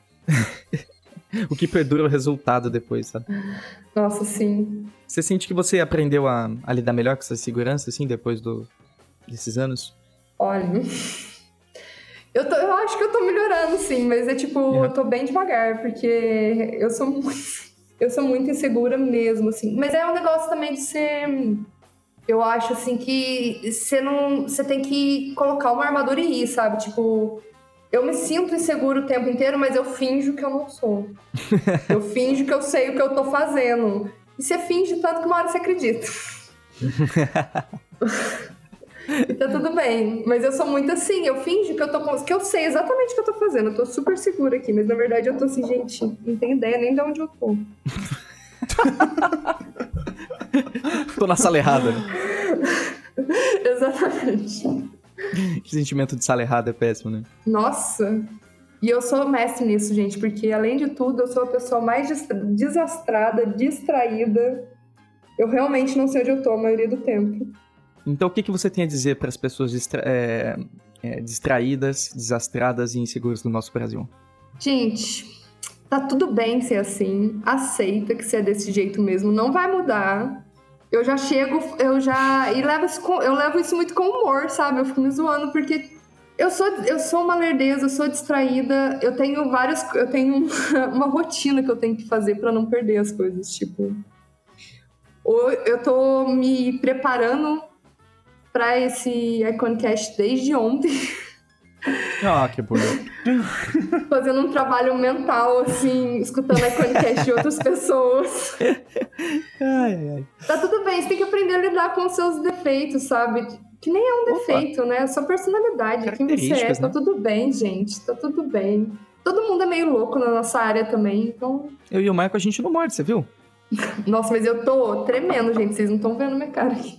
O que perdura é o resultado depois, sabe? Nossa, sim. Você sente que você aprendeu a, a lidar melhor com essa segurança, assim, depois do, desses anos? Olha... Eu, tô, eu acho que eu tô melhorando, sim, mas é tipo, Uhum. eu tô bem devagar, porque eu sou muito, eu sou muito insegura mesmo, assim. Mas é um negócio também de ser... Eu acho, assim, que você não... Você tem que colocar uma armadura e ir, sabe? Tipo, eu me sinto insegura o tempo inteiro, mas eu finjo que eu não sou. Eu finjo que eu sei o que eu tô fazendo. E você finge tanto que uma hora você acredita. E tá tudo bem, mas eu sou muito assim, eu finjo que eu tô que eu sei exatamente o que eu tô fazendo, eu tô super segura aqui, mas na verdade eu tô assim, gente, não tenho ideia nem de onde eu tô. Tô na sala errada, né? Exatamente. Que sentimento de sala errada é péssimo, né? Nossa, e eu sou mestre nisso, gente, porque além de tudo, eu sou a pessoa mais distra- desastrada, distraída. Eu realmente não sei onde eu tô a maioria do tempo. Então, o que, que você tem a dizer para as pessoas distra- é, é, distraídas, desastradas e inseguras do nosso Brasil? Gente, tá tudo bem ser assim. Aceita que você é desse jeito mesmo. Não vai mudar. Eu já chego, eu já... E levo isso com, eu levo isso muito com humor, sabe? Eu fico me zoando porque eu sou, eu sou uma lerdeza, eu sou distraída. Eu tenho vários... Eu tenho uma rotina que eu tenho que fazer pra não perder as coisas. Tipo... Ou eu tô me preparando pra esse Iconcast desde ontem. Ah, que bonito. Fazendo um trabalho mental, assim, escutando Iconcast de outras pessoas. Ai, ai, ai. Tá tudo bem, você tem que aprender a lidar com os seus defeitos, sabe? Que nem é um Opa. defeito, né? É sua personalidade, quem você é. Características, Tá né? tudo bem, gente. Tá tudo bem. Todo mundo é meio louco na nossa área também, então... Eu e o Michael, a gente não morde, você viu? Nossa, mas eu tô tremendo, gente. Vocês não estão vendo minha cara aqui.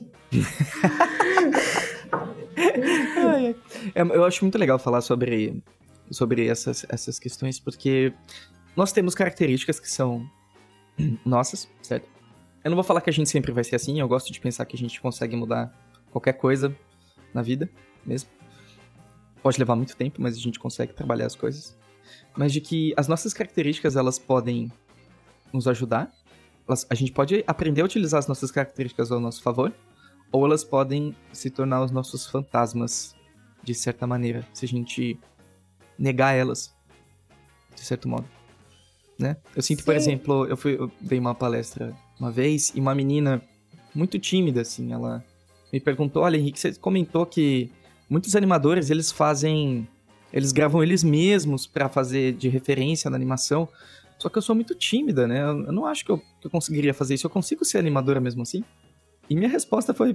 Ai, ai. É, eu acho muito legal falar sobre, sobre essas, essas questões, porque nós temos características que são nossas, certo? Eu não vou falar que a gente sempre vai ser assim, eu gosto de pensar que a gente consegue mudar qualquer coisa na vida, mesmo. Pode levar muito tempo, mas a gente consegue trabalhar as coisas. Mas de que as nossas características, elas podem nos ajudar, elas, a gente pode aprender a utilizar as nossas características ao nosso favor, ou elas podem se tornar os nossos fantasmas, de certa maneira, se a gente negar elas, de certo modo, né? Eu sinto, por Sim. exemplo, eu fui eu dei uma palestra uma vez, e uma menina muito tímida, assim, ela me perguntou, olha, Henrique, você comentou que muitos animadores, eles fazem, eles gravam eles mesmos pra fazer de referência na animação, só que eu sou muito tímida, né? Eu, eu não acho que eu, que eu conseguiria fazer isso, eu consigo ser animadora mesmo assim? E minha resposta foi,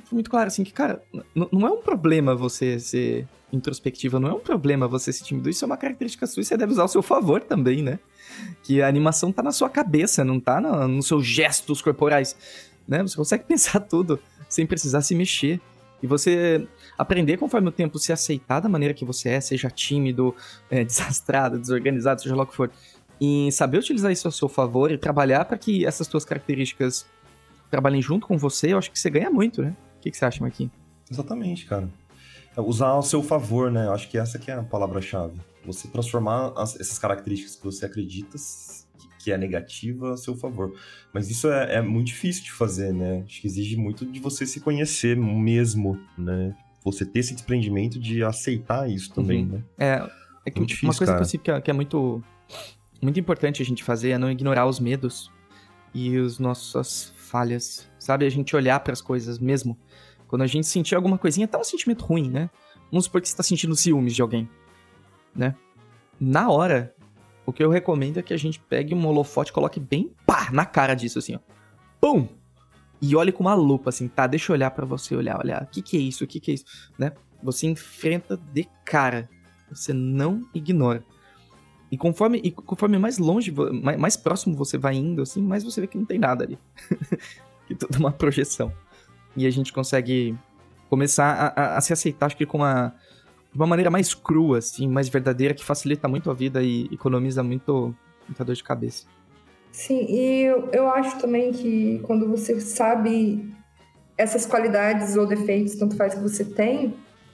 muito claro, assim, que, cara, n- não é um problema você ser introspectiva, não é um problema você ser tímido, isso é uma característica sua e você deve usar ao seu favor também, né? Que a animação tá na sua cabeça, não tá na, nos seus gestos corporais, né? Você consegue pensar tudo sem precisar se mexer. E você aprender conforme o tempo, se aceitar da maneira que você é, seja tímido, é, desastrado, desorganizado, seja lá o que for, e saber utilizar isso a seu favor e trabalhar para que essas suas características trabalhem junto com você, eu acho que você ganha muito, né? O que, que você acha, Marquinhos? Exatamente, cara. Usar ao seu favor, né? Eu acho que essa que é a palavra-chave. Você transformar as, essas características que você acredita que, que é negativa a seu favor. Mas isso é, é muito difícil de fazer, né? Acho que exige muito de você se conhecer mesmo, né? Você ter esse desprendimento de aceitar isso também, Uhum. né? É, é que Muito uma difícil, coisa cara. que, eu, que, é, que é muito, muito importante a gente fazer é não ignorar os medos e as nossas falhas, sabe? A gente olhar para as coisas mesmo. Quando a gente sentir alguma coisinha, até um sentimento ruim, né? Vamos supor que você tá sentindo ciúmes de alguém, né? Na hora, o que eu recomendo é que a gente pegue um holofote e coloque bem pá, na cara disso, assim, ó. Pum! E olhe com uma lupa, assim, tá? Deixa eu olhar pra você, olhar, olhar. O que que é isso? O que que é isso? Né? Você enfrenta de cara. Você não ignora. E conforme, e conforme mais longe, mais, mais próximo você vai indo, assim, mais você vê que não tem nada ali. Que tudo é uma projeção. E a gente consegue começar a, a, a se aceitar, acho que com uma, de uma maneira mais crua, assim, mais verdadeira, que facilita muito a vida e economiza muito, muita dor de cabeça. Sim, e eu, eu acho também que quando você sabe essas qualidades ou defeitos, tanto faz que você tem,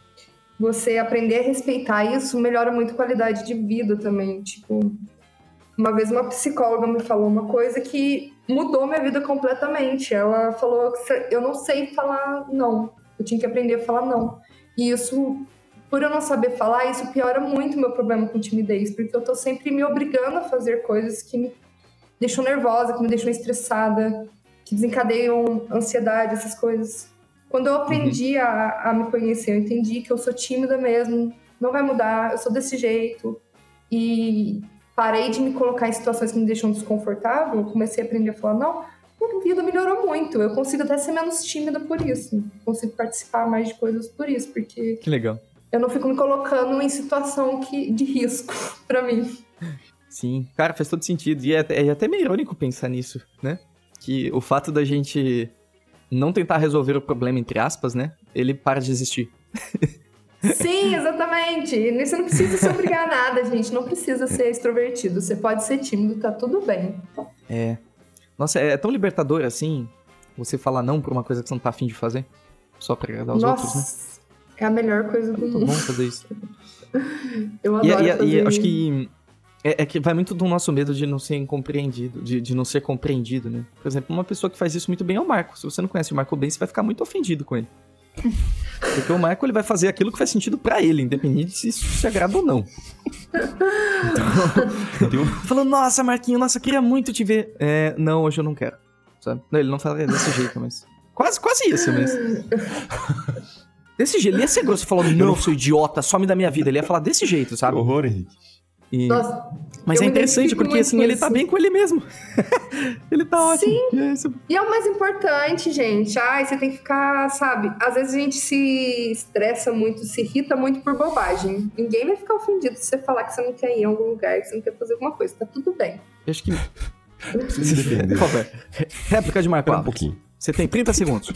você aprender a respeitar isso melhora muito a qualidade de vida também. Tipo, uma vez uma psicóloga me falou uma coisa que mudou minha vida completamente. Ela falou que eu não sei falar não. Eu tinha que aprender a falar não. E isso, por eu não saber falar, isso piora muito o meu problema com timidez, porque eu tô sempre me obrigando a fazer coisas que me deixam nervosa, que me deixam estressada, que desencadeiam ansiedade, essas coisas. Quando eu aprendi uhum. a, a me conhecer, eu entendi que eu sou tímida mesmo, não vai mudar, eu sou desse jeito. E parei de me colocar em situações que me deixam desconfortável, comecei a aprender a falar não, minha vida melhorou muito. Eu consigo até ser menos tímida por isso. Consigo participar mais de coisas por isso, porque... Que legal. Eu não fico me colocando em situação que, de risco pra mim. Sim, cara, faz todo sentido. E é, é até meio irônico pensar nisso, né? Que o fato da gente não tentar resolver o problema, entre aspas, né? Ele para de existir. Sim, exatamente. Você não precisa se obrigar a nada, gente. Não precisa ser extrovertido. Você pode ser tímido, tá tudo bem. É. Nossa, é tão libertador, assim, você falar não pra uma coisa que você não tá afim de fazer. Só pra agradar os Nossa, outros, né? É a melhor coisa do mundo. É muito bom fazer isso. Eu adoro e, e, fazer e acho que... É, é que vai muito do nosso medo de não ser compreendido, de, de não ser compreendido, né? Por exemplo, uma pessoa que faz isso muito bem é o Marco. Se você não conhece o Marco bem, você vai ficar muito ofendido com ele. Porque o Marco, ele vai fazer aquilo que faz sentido pra ele, independente se isso te agrada ou não. Então, falou, nossa, Marquinho, nossa, eu queria muito te ver. É, não, hoje eu não quero, sabe? Não, ele não fala desse jeito, mas... Quase, quase isso, mas... Desse jeito, ele ia ser grosso, falou, não, seu idiota, some da minha vida. Ele ia falar desse jeito, sabe? Que horror, Henrique. E... Nossa, mas é interessante, porque assim, ele tá bem com ele mesmo. Ele tá ótimo. Sim. E é, isso... e é o mais importante, gente. Ai, você tem que ficar, sabe? Às vezes a gente se estressa muito, se irrita muito por bobagem. Ninguém vai ficar ofendido se você falar que você não quer ir em algum lugar, que você não quer fazer alguma coisa. Tá tudo bem. Eu acho que... Se defender. Por favor. Réplica de Marco. Um pouquinho. Você tem trinta segundos.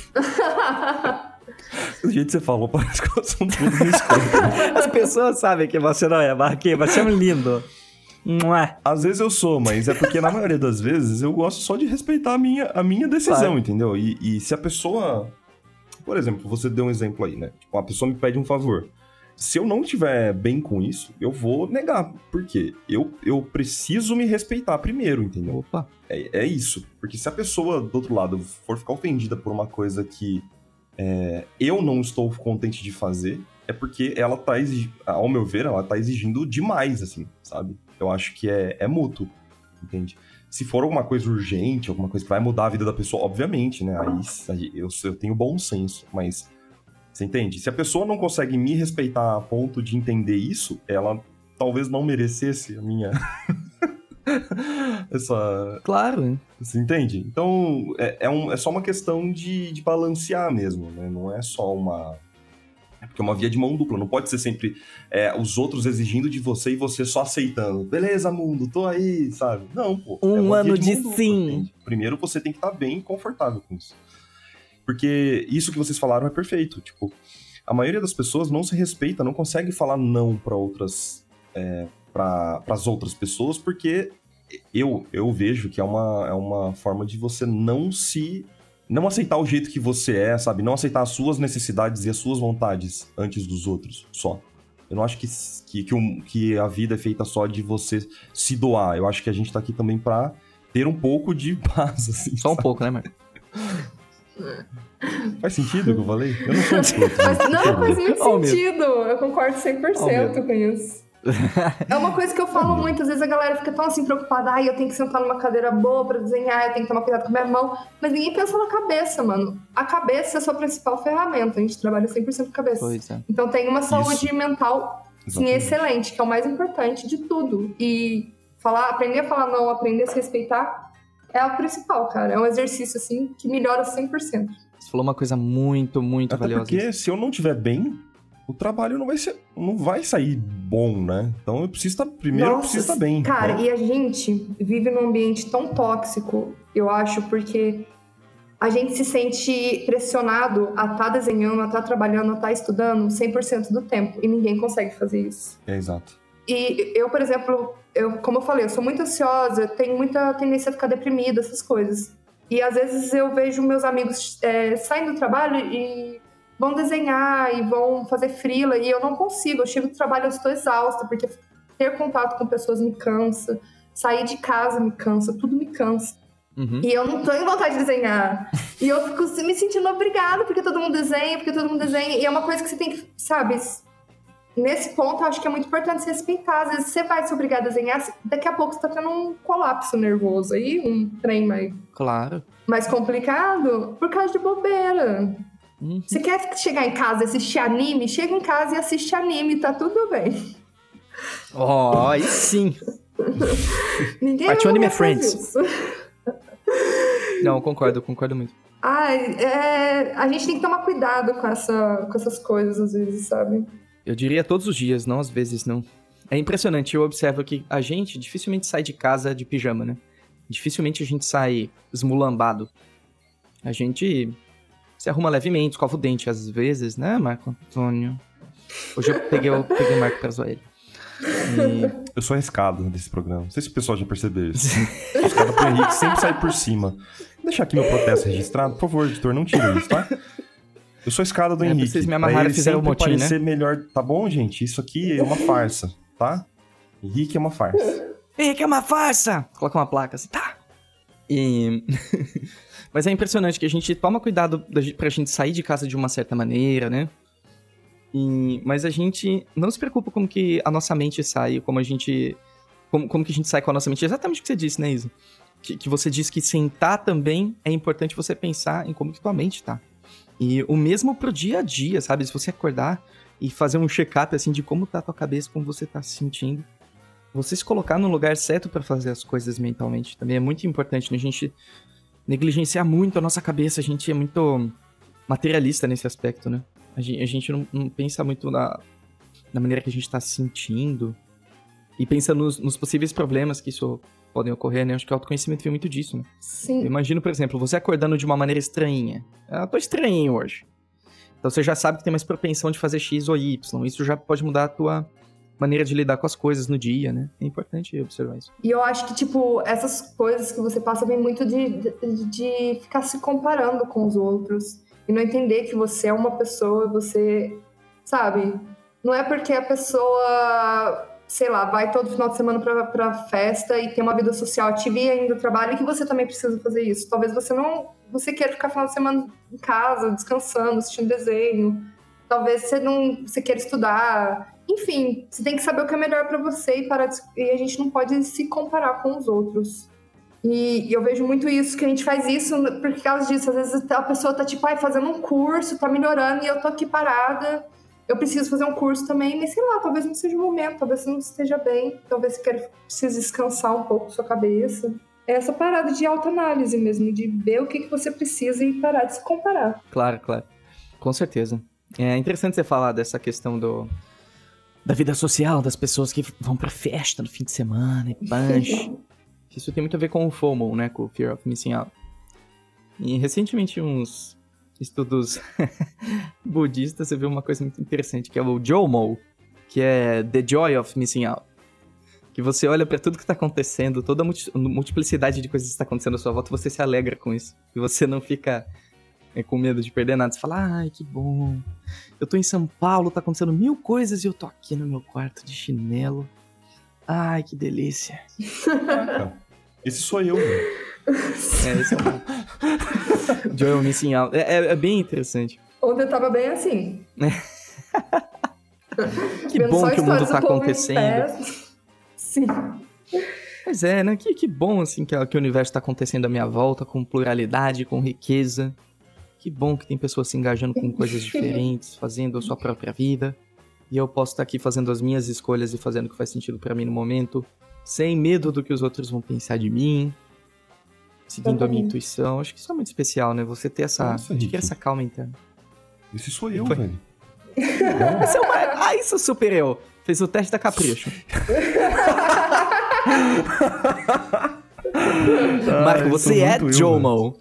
Do jeito que você falou, parece que eu sou um tudo no escuro. As pessoas sabem que você não é, Marquinhos. Você é um lindo. Mua. Às vezes eu sou, mas é porque na maioria das vezes eu gosto só de respeitar a minha, a minha decisão, claro. Entendeu? E, e se a pessoa... Por exemplo, você deu um exemplo aí, né? Tipo, uma pessoa me pede um favor. Se eu não estiver bem com isso, eu vou negar. Por quê? Eu, eu preciso me respeitar primeiro, entendeu? Opa. É, é isso. Porque se a pessoa do outro lado for ficar ofendida por uma coisa que é, eu não estou contente de fazer, é porque ela tá exigindo, ao meu ver, ela tá exigindo demais, assim, sabe? Eu acho que é, é mútuo, entende? Se for alguma coisa urgente, alguma coisa que vai mudar a vida da pessoa, obviamente, né? Aí eu, eu tenho bom senso, mas você entende? Se a pessoa não consegue me respeitar a ponto de entender isso, ela talvez não merecesse a minha... essa... Claro. Você entende? Então, é, é, um, é só uma questão de, de balancear mesmo, né? Não é só uma... É porque é uma via de mão dupla. Não pode ser sempre é, os outros exigindo de você e você só aceitando. Beleza, mundo, tô aí, sabe? Não, pô. Um é uma ano via de, de mão dupla, sim. entende? Primeiro você tem que estar bem confortável com isso. Porque isso que vocês falaram é perfeito. Tipo, a maioria das pessoas não se respeita, não consegue falar não para outras... É, para as outras pessoas, porque eu, eu vejo que é uma, é uma forma de você não se... não aceitar o jeito que você é, sabe? Não aceitar as suas necessidades e as suas vontades antes dos outros, só. Eu não acho que, que, que, um, que a vida é feita só de você se doar. Eu acho que a gente tá aqui também pra ter um pouco de paz, assim. Só um sabe? pouco, né, Marco? Faz sentido o que eu falei? Eu não sou escroto. Mas não faz muito Oh, meu. sentido. Eu concordo cem por cento Oh, com isso. É uma coisa que eu falo muito, às vezes a galera fica tão assim preocupada, ai, eu tenho que sentar numa cadeira boa pra desenhar, eu tenho que tomar cuidado com a minha mão, mas ninguém pensa na cabeça, mano. A cabeça é a sua principal ferramenta, a gente trabalha cem por cento com a cabeça. Pois é. Então tem uma saúde Isso. mental, sim, Exatamente. excelente, que é o mais importante de tudo. E falar, aprender a falar não, aprender a se respeitar, é o principal, cara. É um exercício, assim, que melhora cem por cento. Você falou uma coisa muito, muito Até valiosa. porque se eu não estiver bem, o trabalho não vai ser, não vai sair bom, né? Então eu preciso estar, primeiro eu Nossa, preciso estar bem. Cara, né? e a gente vive num ambiente tão tóxico, eu acho, porque a gente se sente pressionado a estar desenhando, a estar trabalhando, a estar estudando cem por cento do tempo. E ninguém consegue fazer isso. É, exato. E eu, por exemplo, eu, como eu falei, eu sou muito ansiosa, tenho muita tendência a ficar deprimida, essas coisas. E às vezes eu vejo meus amigos é, saindo do trabalho e vão desenhar e vão fazer freela, e eu não consigo. Eu chego do trabalho, eu estou exausta, porque ter contato com pessoas me cansa, sair de casa me cansa, tudo me cansa. Uhum. E eu não tenho vontade de desenhar. E eu fico me sentindo obrigada, porque todo mundo desenha, porque todo mundo desenha. E é uma coisa que você tem que, sabe... Nesse ponto, eu acho que é muito importante se respeitar. Às vezes você vai se obrigar a desenhar, daqui a pouco você tá tendo um colapso nervoso aí, um trem mais, Claro. mais complicado, por causa de bobeira. Uhum. Você quer chegar em casa e assistir anime? Chega em casa e assiste anime, tá tudo bem. Oh, aí sim. Ninguém Partiu vai Anime fazer Friends. isso. Não, eu concordo, eu concordo muito. Ai, é, a gente tem que tomar cuidado com, essa, com essas coisas, às vezes, sabe? Eu diria todos os dias, não às vezes, não. É impressionante, eu observo que a gente dificilmente sai de casa de pijama, né? Dificilmente a gente sai esmulambado. A gente se arruma levemente, escova o dente às vezes, né, Marco Antônio? Hoje eu peguei, eu peguei o Marco pra zoar ele. E... Eu sou arriscado desse programa. Não sei se o pessoal já percebeu isso. Os caras pro Henrique sempre saem por cima. Vou deixar aqui meu protesto registrado. Por favor, editor, não tire isso, tá? Eu sou a escada do É, Henrique. vocês me amarraram pra e ele fizeram sempre o motim, parecer né? melhor. Tá bom, gente? Isso aqui é uma farsa, tá? Henrique é uma farsa. Henrique é uma farsa! Coloca uma placa assim, tá? E... Mas é impressionante que a gente toma cuidado da gente- pra gente sair de casa de uma certa maneira, né? E... Mas a gente não se preocupa com que a nossa mente sai, como a gente... Como, como que a gente sai com a nossa mente. Exatamente o que você disse, né, Isa? Que, que você disse que sentar também é importante você pensar em como que tua mente tá. E o mesmo pro dia a dia, sabe? Se você acordar e fazer um check-up, assim, de como tá a tua cabeça, como você tá se sentindo. Você se colocar no lugar certo pra fazer as coisas mentalmente também é muito importante, né? A gente negligenciar muito a nossa cabeça, a gente é muito materialista nesse aspecto, né? A gente, a gente não, não pensa muito na, na maneira que a gente tá se sentindo e pensa nos, nos possíveis problemas que isso podem ocorrer, né? Acho que o autoconhecimento vem muito disso, né? Eu Sim. imagino, por exemplo, você acordando de uma maneira estranha. Ah, tô estranho hoje. Então você já sabe que tem mais propensão de fazer X ou Y. Isso já pode mudar a tua maneira de lidar com as coisas no dia, né? É importante observar isso. E eu acho que, tipo, essas coisas que você passa vem muito de, de, de ficar se comparando com os outros. E não entender que você é uma pessoa, você... Sabe? Não é porque a pessoa... sei lá, vai todo final de semana pra, pra festa e tem uma vida social ativa e ainda trabalha, que você também precisa fazer isso. Talvez você não... Você queira ficar final de semana em casa, descansando, assistindo desenho. Talvez você não... Você queira estudar. Enfim, você tem que saber o que é melhor pra você e, parar de, e a gente não pode se comparar com os outros. E, e eu vejo muito isso, que a gente faz isso por causa disso. Às vezes a pessoa tá, tipo, ai, fazendo um curso, tá melhorando e eu tô aqui parada. eu preciso fazer um curso também, mas sei lá, talvez não seja o momento, talvez você não esteja bem, talvez você queira, precise descansar um pouco sua cabeça. É essa parada de autoanálise mesmo, de ver o que, que você precisa e parar de se comparar. Claro, claro. Com certeza. É interessante você falar dessa questão do... da vida social, das pessoas que vão pra festa no fim de semana e punch. Isso tem muito a ver com o FOMO, né? Com o Fear of Missing Out. E recentemente uns estudos budistas, você viu uma coisa muito interessante, que é o JOMO, que é The Joy of Missing Out. Que você olha pra tudo que tá acontecendo, toda a multi- multiplicidade de coisas que está acontecendo à sua volta, você se alegra com isso. E você não fica é, com medo de perder nada. Você fala, ai, que bom. Eu tô em São Paulo, tá acontecendo mil coisas e eu tô aqui no meu quarto de chinelo. Ai, que delícia. Esse sou eu, velho. É, esse é o Joy of Missing Out. É, é, é bem interessante. Ontem eu tava bem assim. Que Vendo bom só que o mundo histórias tá do povo em acontecendo. festa. Sim. Pois é, né? Que, que bom, assim, que, que o universo tá acontecendo à minha volta, com pluralidade, com riqueza. Que bom que tem pessoas se engajando com coisas diferentes, fazendo a sua própria vida. E eu posso estar aqui fazendo as minhas escolhas e fazendo o que faz sentido pra mim no momento, sem medo do que os outros vão pensar de mim, seguindo a minha intuição. Acho que isso é muito especial, né? Você ter essa, Nossa, adquirir Rick. essa calma interna. Esse sou eu, Foi. velho. Esse é uma... Ah, isso super eu. Fez o teste da Capricho. Marco, você é muito eu, Jomo.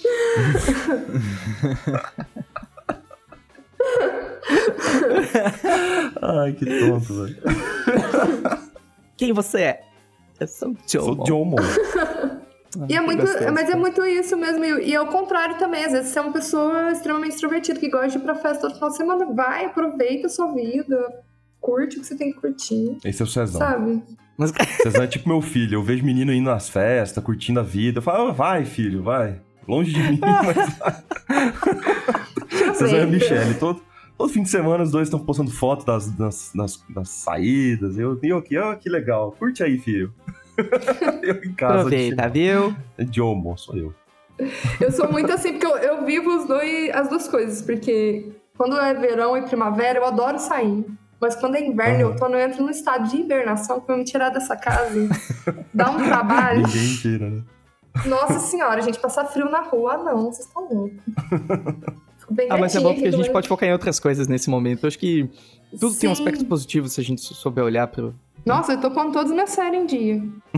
Ai, que tonto, velho. Quem você é? Eu sou Jomo. Sou Jomo. E é muito, gostoso. mas é muito isso mesmo. E, e é o contrário também. Às vezes você é uma pessoa extremamente extrovertida que gosta de ir pra festa todo final de semana. Vai, aproveita a sua vida. Curte o que você tem que curtir. Esse é o Cezão. Sabe? Mas... Cezão é tipo meu filho. Eu vejo menino indo nas festas, curtindo a vida. Eu falo, ah, vai, filho, vai. Longe de mim, mas vai. Cezão e a Michelle. Todo, todo fim de semana os dois estão postando foto das, das, das, das saídas. Eu, eu aqui, ó, que legal. Curte aí, filho. Eu em casa. Aproveita, viu? É Jomo, sou eu. Eu sou muito assim, porque eu, eu vivo os dois, as duas coisas. Porque quando é verão e primavera, eu adoro sair. Mas quando é inverno e Uhum. outono, eu entro no estado de hibernação pra me tirar dessa casa. Dá um trabalho. Ninguém tira, né? Nossa senhora, gente, passar frio na rua, ah, não, vocês estão loucos. Fico bem Ah, mas é bom porque a gente quietinha, pode focar em outras coisas nesse momento. Eu acho que tudo tem um Sim. aspecto positivo se a gente souber olhar pro... Nossa, eu tô pondo todas as minhas séries em dia.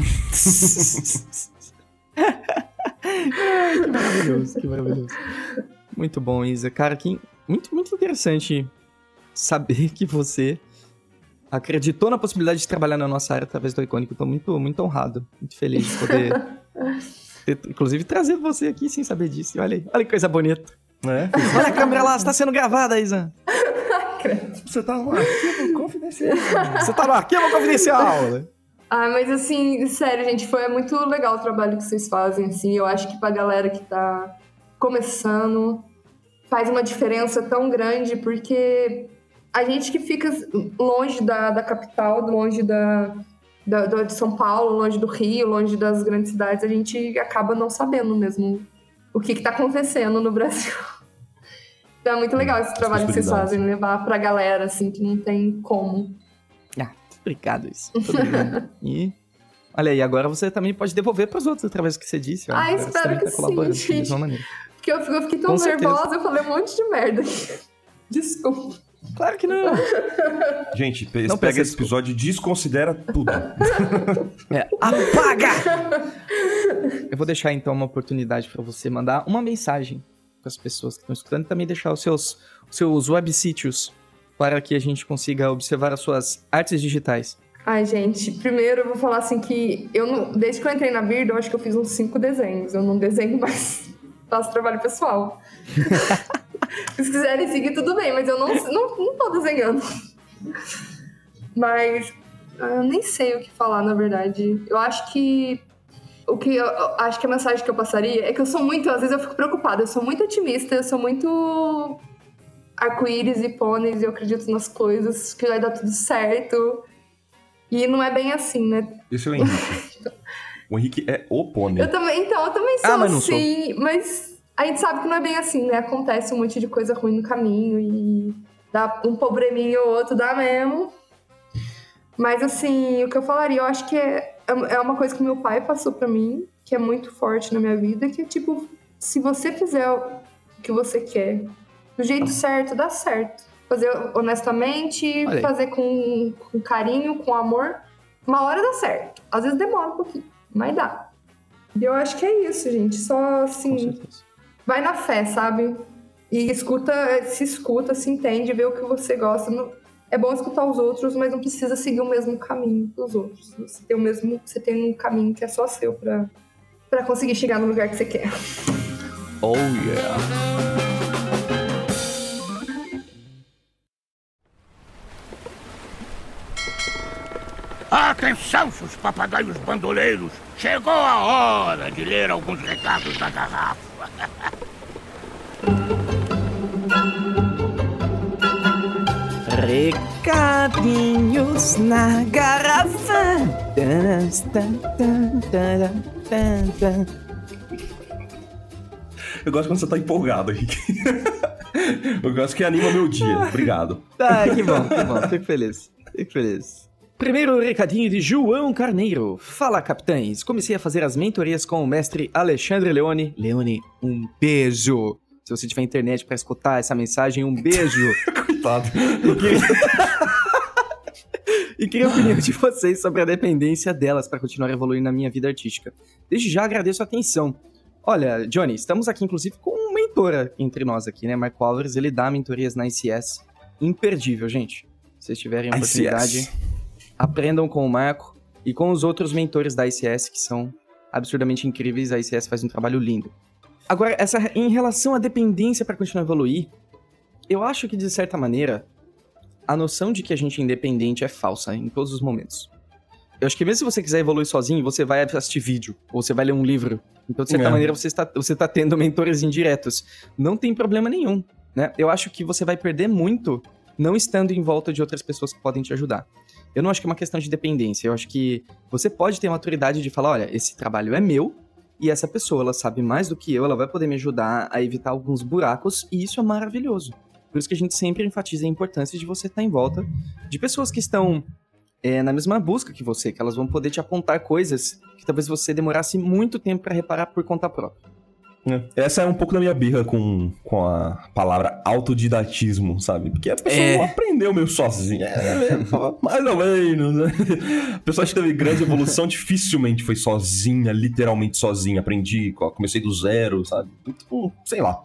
Ai, que maravilhoso, que maravilhoso. Muito bom, Isa. Cara, que muito, muito interessante saber que você acreditou na possibilidade de trabalhar na nossa área através do Icônico. Eu tô muito, muito honrado, muito feliz de poder ter, inclusive, trazer você aqui sem saber disso. E olha aí, olha que coisa bonita. É? Olha a câmera lá, você tá sendo gravada, Isa. Você tá no arquivo confidencial. Você tá no arquivo confidencial. Ah, mas assim, sério, gente, foi muito legal o trabalho que vocês fazem, assim. Eu acho que pra galera que tá começando, faz uma diferença tão grande, porque a gente que fica longe da, da capital, longe da, da, da- de São Paulo, longe do Rio, longe das grandes cidades, a gente acaba não sabendo mesmo o que que tá acontecendo no Brasil. Então é muito legal esse trabalho que vocês fazem, levar pra galera, assim, que não tem como. Ah, obrigado, Isa. Muito obrigado. E olha aí, agora você também pode devolver pros outros através do que você disse. ó. Ah, Agora você espero também que tá sim, colaborando de gente. alguma maneira. Porque eu, eu fiquei tão Com certeza. nervosa, eu falei um monte de merda. Desculpa. Claro que não. Gente, pe- Não pega peça esse episódio e desconsidera tudo. É, apaga! Eu vou deixar então uma oportunidade pra você mandar uma mensagem para as pessoas que estão escutando e também deixar os seus, os seus websítios para que a gente consiga observar as suas artes digitais. Ai, gente, primeiro eu vou falar assim que eu não, desde que eu entrei na Birdo, eu acho que eu fiz uns cinco desenhos. Eu não desenho mais, faço trabalho pessoal. Se vocês quiserem seguir, tudo bem, mas eu não, não, não tô desenhando. Mas ah, eu nem sei o que falar, na verdade. Eu acho que o que eu, eu acho que a mensagem que eu passaria é que eu sou muito, às vezes eu fico preocupada, eu sou muito otimista, eu sou muito arco-íris e pôneis, e eu acredito nas coisas, que vai dar tudo certo. E não é bem assim, né? Esse é o Henrique. O Henrique é o pônei. Eu também, então, eu também sou Ah, mas não assim, mas a gente sabe que não é bem assim, né? Acontece um monte de coisa ruim no caminho e Dá um probleminha ou outro, dá mesmo. Mas, assim, o que eu falaria, eu acho que é, é uma coisa que meu pai passou pra mim, que é muito forte na minha vida, que é, tipo, se você fizer o que você quer do jeito certo, dá certo. Fazer honestamente, fazer com, com carinho, com amor, uma hora dá certo. Às vezes demora um pouquinho, mas dá. E eu acho que é isso, gente. Só, assim, vai na fé, sabe? E escuta, se escuta, se entende, vê o que você gosta. É bom escutar os outros, mas não precisa seguir o mesmo caminho dos outros. Você tem o mesmo, você tem um caminho que é só seu pra, pra conseguir chegar no lugar que você quer. Oh, yeah! Atenção, seus papagaios bandoleiros! Chegou a hora de ler alguns recados da garrafa. Recadinhos na garrafa. Eu gosto quando você tá empolgado, Henrique. Eu gosto que anima meu dia. Obrigado. Tá, que bom, que bom. Fico feliz. Fico feliz. Primeiro recadinho de João Carneiro. Fala, capitães. Comecei a fazer as mentorias com o mestre Alexandre Leone. Leone, um beijo. Se você tiver internet pra escutar essa mensagem, um beijo. Coitado. E queria... e queria a opinião de vocês sobre a dependência delas pra continuar evoluindo na minha vida artística. Desde já agradeço a atenção. Olha, Johnny, estamos aqui inclusive com uma mentora entre nós aqui, né? Marco Álvares, ele dá mentorias na I C S. Imperdível, gente. Se vocês tiverem a oportunidade... I C S. Aprendam com o Marco e com os outros mentores da I C S, que são absurdamente incríveis. A I C S faz um trabalho lindo. Agora, essa, em relação à dependência para continuar a evoluir, eu acho que, de certa maneira, a noção de que a gente é independente é falsa em todos os momentos. Eu acho que mesmo se você quiser evoluir sozinho, você vai assistir vídeo, ou você vai ler um livro. Então, de certa é. maneira, você está, você está tendo mentores indiretos. Não tem problema nenhum, né? Eu acho que você vai perder muito não estando em volta de outras pessoas que podem te ajudar. Eu não acho que é uma questão de dependência, eu acho que você pode ter a maturidade de falar, olha, esse trabalho é meu, e essa pessoa, ela sabe mais do que eu, ela vai poder me ajudar a evitar alguns buracos, e isso é maravilhoso. Por isso que a gente sempre enfatiza a importância de você estar em volta de pessoas que estão é, na mesma busca que você, que elas vão poder te apontar coisas que talvez você demorasse muito tempo para reparar por conta própria. Essa é um pouco da minha birra com, com a palavra autodidatismo, sabe? Porque a pessoa é... não aprendeu meio sozinha. É, mais ou menos, né? A pessoa que teve grande evolução dificilmente foi sozinha, literalmente sozinha. Aprendi, comecei do zero, sabe? Então, sei lá.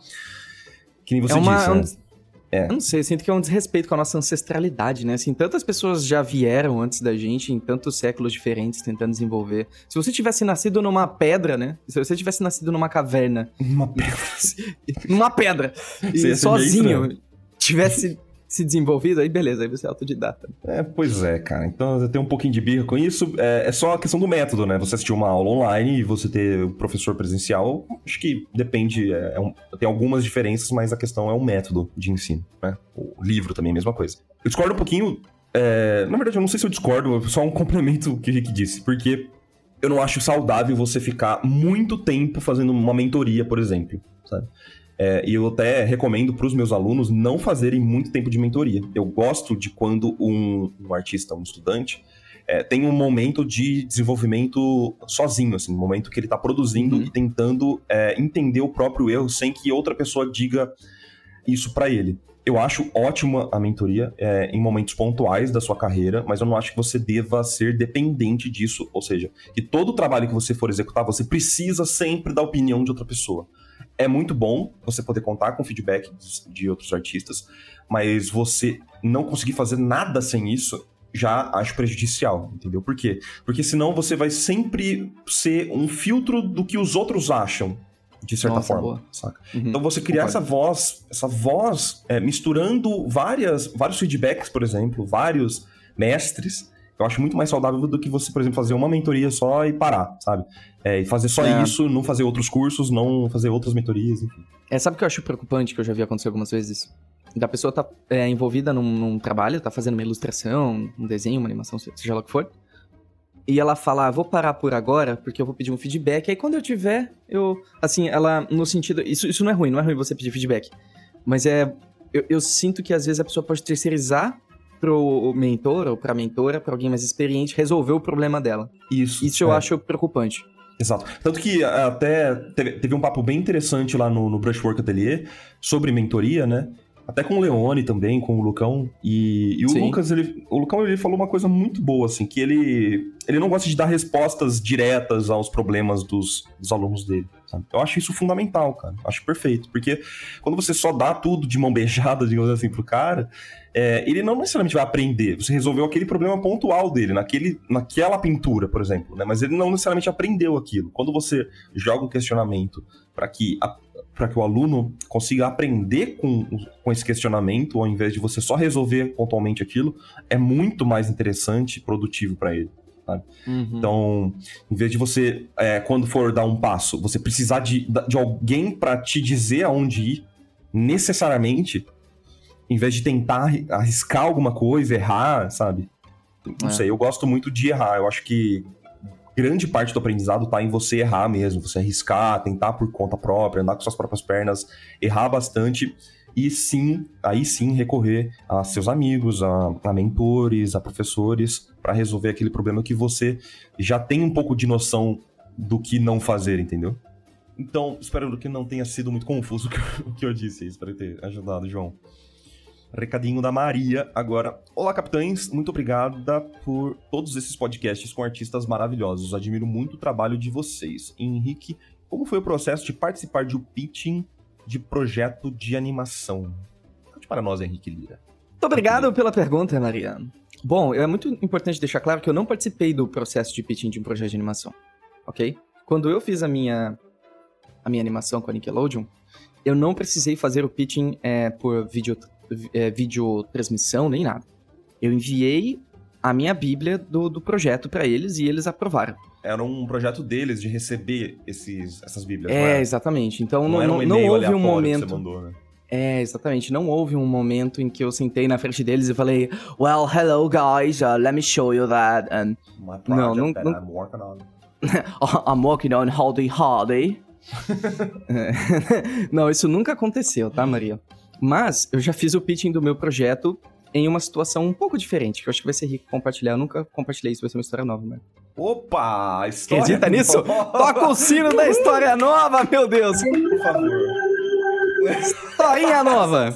Que nem você é uma, disse, é um... né? É. Eu não sei, eu sinto que é um desrespeito com a nossa ancestralidade, né? Assim, tantas pessoas já vieram antes da gente, em tantos séculos diferentes, tentando desenvolver. Se você tivesse nascido numa pedra, né? Se você tivesse nascido numa caverna... Uma pedra. numa pedra. E sozinho, tivesse se desenvolvido, aí beleza, aí você é autodidata. É, pois é, cara. Então eu tenho um pouquinho de birra com isso. É, é só a questão do método, né? Você assistir uma aula online e você ter o professor presencial, acho que depende, é, é um, tem algumas diferenças, mas a questão é o método de ensino, né? O livro também, a mesma coisa. Eu discordo um pouquinho, é, na verdade eu não sei se eu discordo, só um complemento que o Rick disse, porque eu não acho saudável você ficar muito tempo fazendo uma mentoria, por exemplo, sabe? É, e eu até recomendo para os meus alunos não fazerem muito tempo de mentoria. Eu gosto de quando um, um artista, um estudante, é, tem um momento de desenvolvimento sozinho, assim, um momento que ele está produzindo uhum. e tentando é, entender o próprio erro sem que outra pessoa diga isso para ele. Eu acho ótima a mentoria é, em momentos pontuais da sua carreira, mas eu não acho que você deva ser dependente disso, ou seja, que todo o trabalho que você for executar, você precisa sempre da opinião de outra pessoa. É muito bom você poder contar com o feedback de outros artistas, mas você não conseguir fazer nada sem isso, já acho prejudicial, entendeu? Por quê? Porque senão você vai sempre ser um filtro do que os outros acham, de certa Nossa, forma, boa. Saca? Uhum. Então você criar Concordo. essa voz, essa voz é, misturando várias, vários feedbacks, por exemplo, vários mestres, eu acho muito mais saudável do que você, por exemplo, fazer uma mentoria só e parar, sabe? É, e fazer só é. isso, não fazer outros cursos, não fazer outras mentorias, enfim. É, sabe o que eu acho preocupante, que eu já vi acontecer algumas vezes? Da pessoa tá é, envolvida num, num trabalho, tá fazendo uma ilustração, um desenho, uma animação, seja lá o que for, e ela fala, ah, vou parar por agora, porque eu vou pedir um feedback, aí quando eu tiver, eu... Assim, ela, no sentido... Isso, isso não é ruim, não é ruim você pedir feedback, mas é... eu, eu sinto que às vezes a pessoa pode terceirizar pro mentor ou pra mentora, pra alguém mais experiente, resolver o problema dela. Isso. Isso eu é. acho preocupante. Exato. Tanto que até teve, teve um papo bem interessante lá no, no Brushwork Atelier sobre mentoria, né? Até com o Leone também, com o Lucão. E, e o Sim. Lucas, ele, o Lucão, ele falou uma coisa muito boa, assim, que ele, ele não gosta de dar respostas diretas aos problemas dos, dos alunos dele, sabe? Eu acho isso fundamental, cara. Eu acho perfeito. Porque quando você só dá tudo de mão beijada, digamos assim, pro cara, é, ele não necessariamente vai aprender. Você resolveu aquele problema pontual dele, naquele, naquela pintura, por exemplo, né? Mas ele não necessariamente aprendeu aquilo. Quando você joga um questionamento para que a para que o aluno consiga aprender com, com esse questionamento, ao invés de você só resolver pontualmente aquilo, é muito mais interessante e produtivo para ele, sabe? Uhum. Então, em vez de você, é, quando for dar um passo, você precisar de, de alguém para te dizer aonde ir, necessariamente, em vez de tentar arriscar alguma coisa, errar, sabe? Não É. sei, eu gosto muito de errar, eu acho que grande parte do aprendizado tá em você errar mesmo, você arriscar, tentar por conta própria, andar com suas próprias pernas, errar bastante e sim, aí sim recorrer a seus amigos, a, a mentores, a professores, para resolver aquele problema que você já tem um pouco de noção do que não fazer, entendeu? Então, espero que não tenha sido muito confuso o que eu, o que eu disse, espero ter ajudado, João. Recadinho da Maria agora. Olá, capitães. Muito obrigada por todos esses podcasts com artistas maravilhosos. Admiro muito o trabalho de vocês. Henrique, como foi o processo de participar de um pitching de projeto de animação? Conte para nós, Henrique Lira. Muito obrigado pela pergunta, Maria. Bom, é muito importante deixar claro que eu não participei do processo de pitching de um projeto de animação, ok? Quando eu fiz a minha, a minha animação com a Nickelodeon, eu não precisei fazer o pitching é, por vídeo... É, videotransmissão, nem nada. Eu enviei a minha bíblia do, do projeto pra eles e eles aprovaram. Era um projeto deles de receber esses, essas bíblias, É, não era? exatamente. Então Não, não, era um não, e-mail não houve um aleatório momento... que você mandou, né? É, exatamente. Não houve um momento em que eu sentei na frente deles e falei, well, hello guys, uh, let me show you that. And... My project Não, não- that não- I'm working on. I'm working on Howdy Howdy. Não, isso nunca aconteceu, tá, Maria? Mas eu já fiz o pitching do meu projeto em uma situação um pouco diferente, que eu acho que vai ser rico compartilhar. Eu nunca compartilhei isso, vai ser uma história nova, né? Opa! História Acredita nisso? nova! Toca o sino da história nova, meu Deus! Por favor. Historinha nova!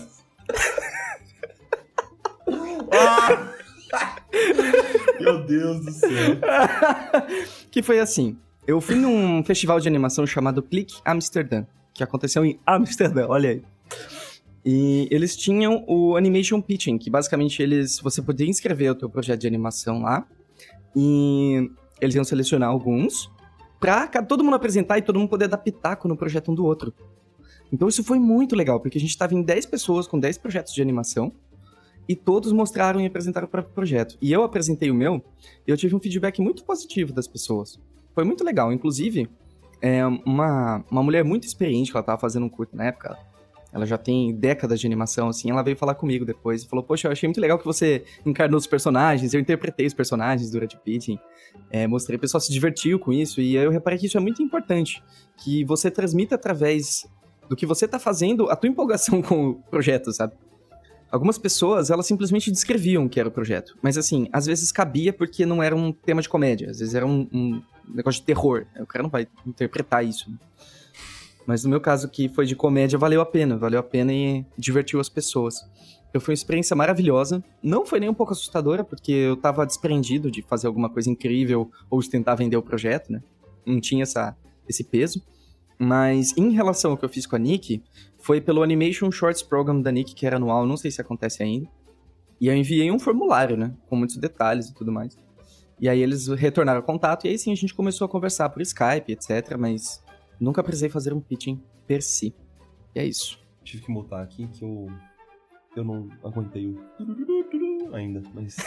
Ah! Meu Deus do céu. Que foi assim, eu fui num festival de animação chamado Click Amsterdã, que aconteceu em Amsterdã, olha aí. E eles tinham o Animation Pitching, que basicamente eles, você podia inscrever o teu projeto de animação lá, e eles iam selecionar alguns, pra todo mundo apresentar e todo mundo poder dar pitaco no projeto um do outro. Então isso foi muito legal, porque a gente tava em dez pessoas com dez projetos de animação, e todos mostraram e apresentaram o próprio projeto. E eu apresentei o meu, e eu tive um feedback muito positivo das pessoas. Foi muito legal, inclusive, é, uma, uma mulher muito experiente, que ela tava fazendo um curto na época, ela já tem décadas de animação, assim, ela veio falar comigo depois e falou, poxa, eu achei muito legal que você encarnou os personagens, eu interpretei os personagens durante o pitching, é, mostrei, o pessoal se divertiu com isso, e eu reparei que isso é muito importante, que você transmita através do que você tá fazendo a tua empolgação com o projeto, sabe? Algumas pessoas, elas simplesmente descreviam o que era o projeto, mas assim, às vezes cabia porque não era um tema de comédia, às vezes era um, um negócio de terror, o cara não vai interpretar isso, né? Mas no meu caso, que foi de comédia, valeu a pena. Valeu a pena e divertiu as pessoas. Então foi uma experiência maravilhosa. Não foi nem um pouco assustadora, porque eu tava desprendido de fazer alguma coisa incrível ou de tentar vender o projeto, né? Não tinha essa, esse peso. Mas em relação ao que eu fiz com a Nick, foi pelo Animation Shorts Program da Nick, que era anual, não sei se acontece ainda. E eu enviei um formulário, né? Com muitos detalhes e tudo mais. E aí eles retornaram o contato, e aí sim a gente começou a conversar por Skype, etcétera. Mas... nunca precisei fazer um pitching per si. E é isso. Tive que mutar aqui que eu... eu não aguentei o... ainda, mas...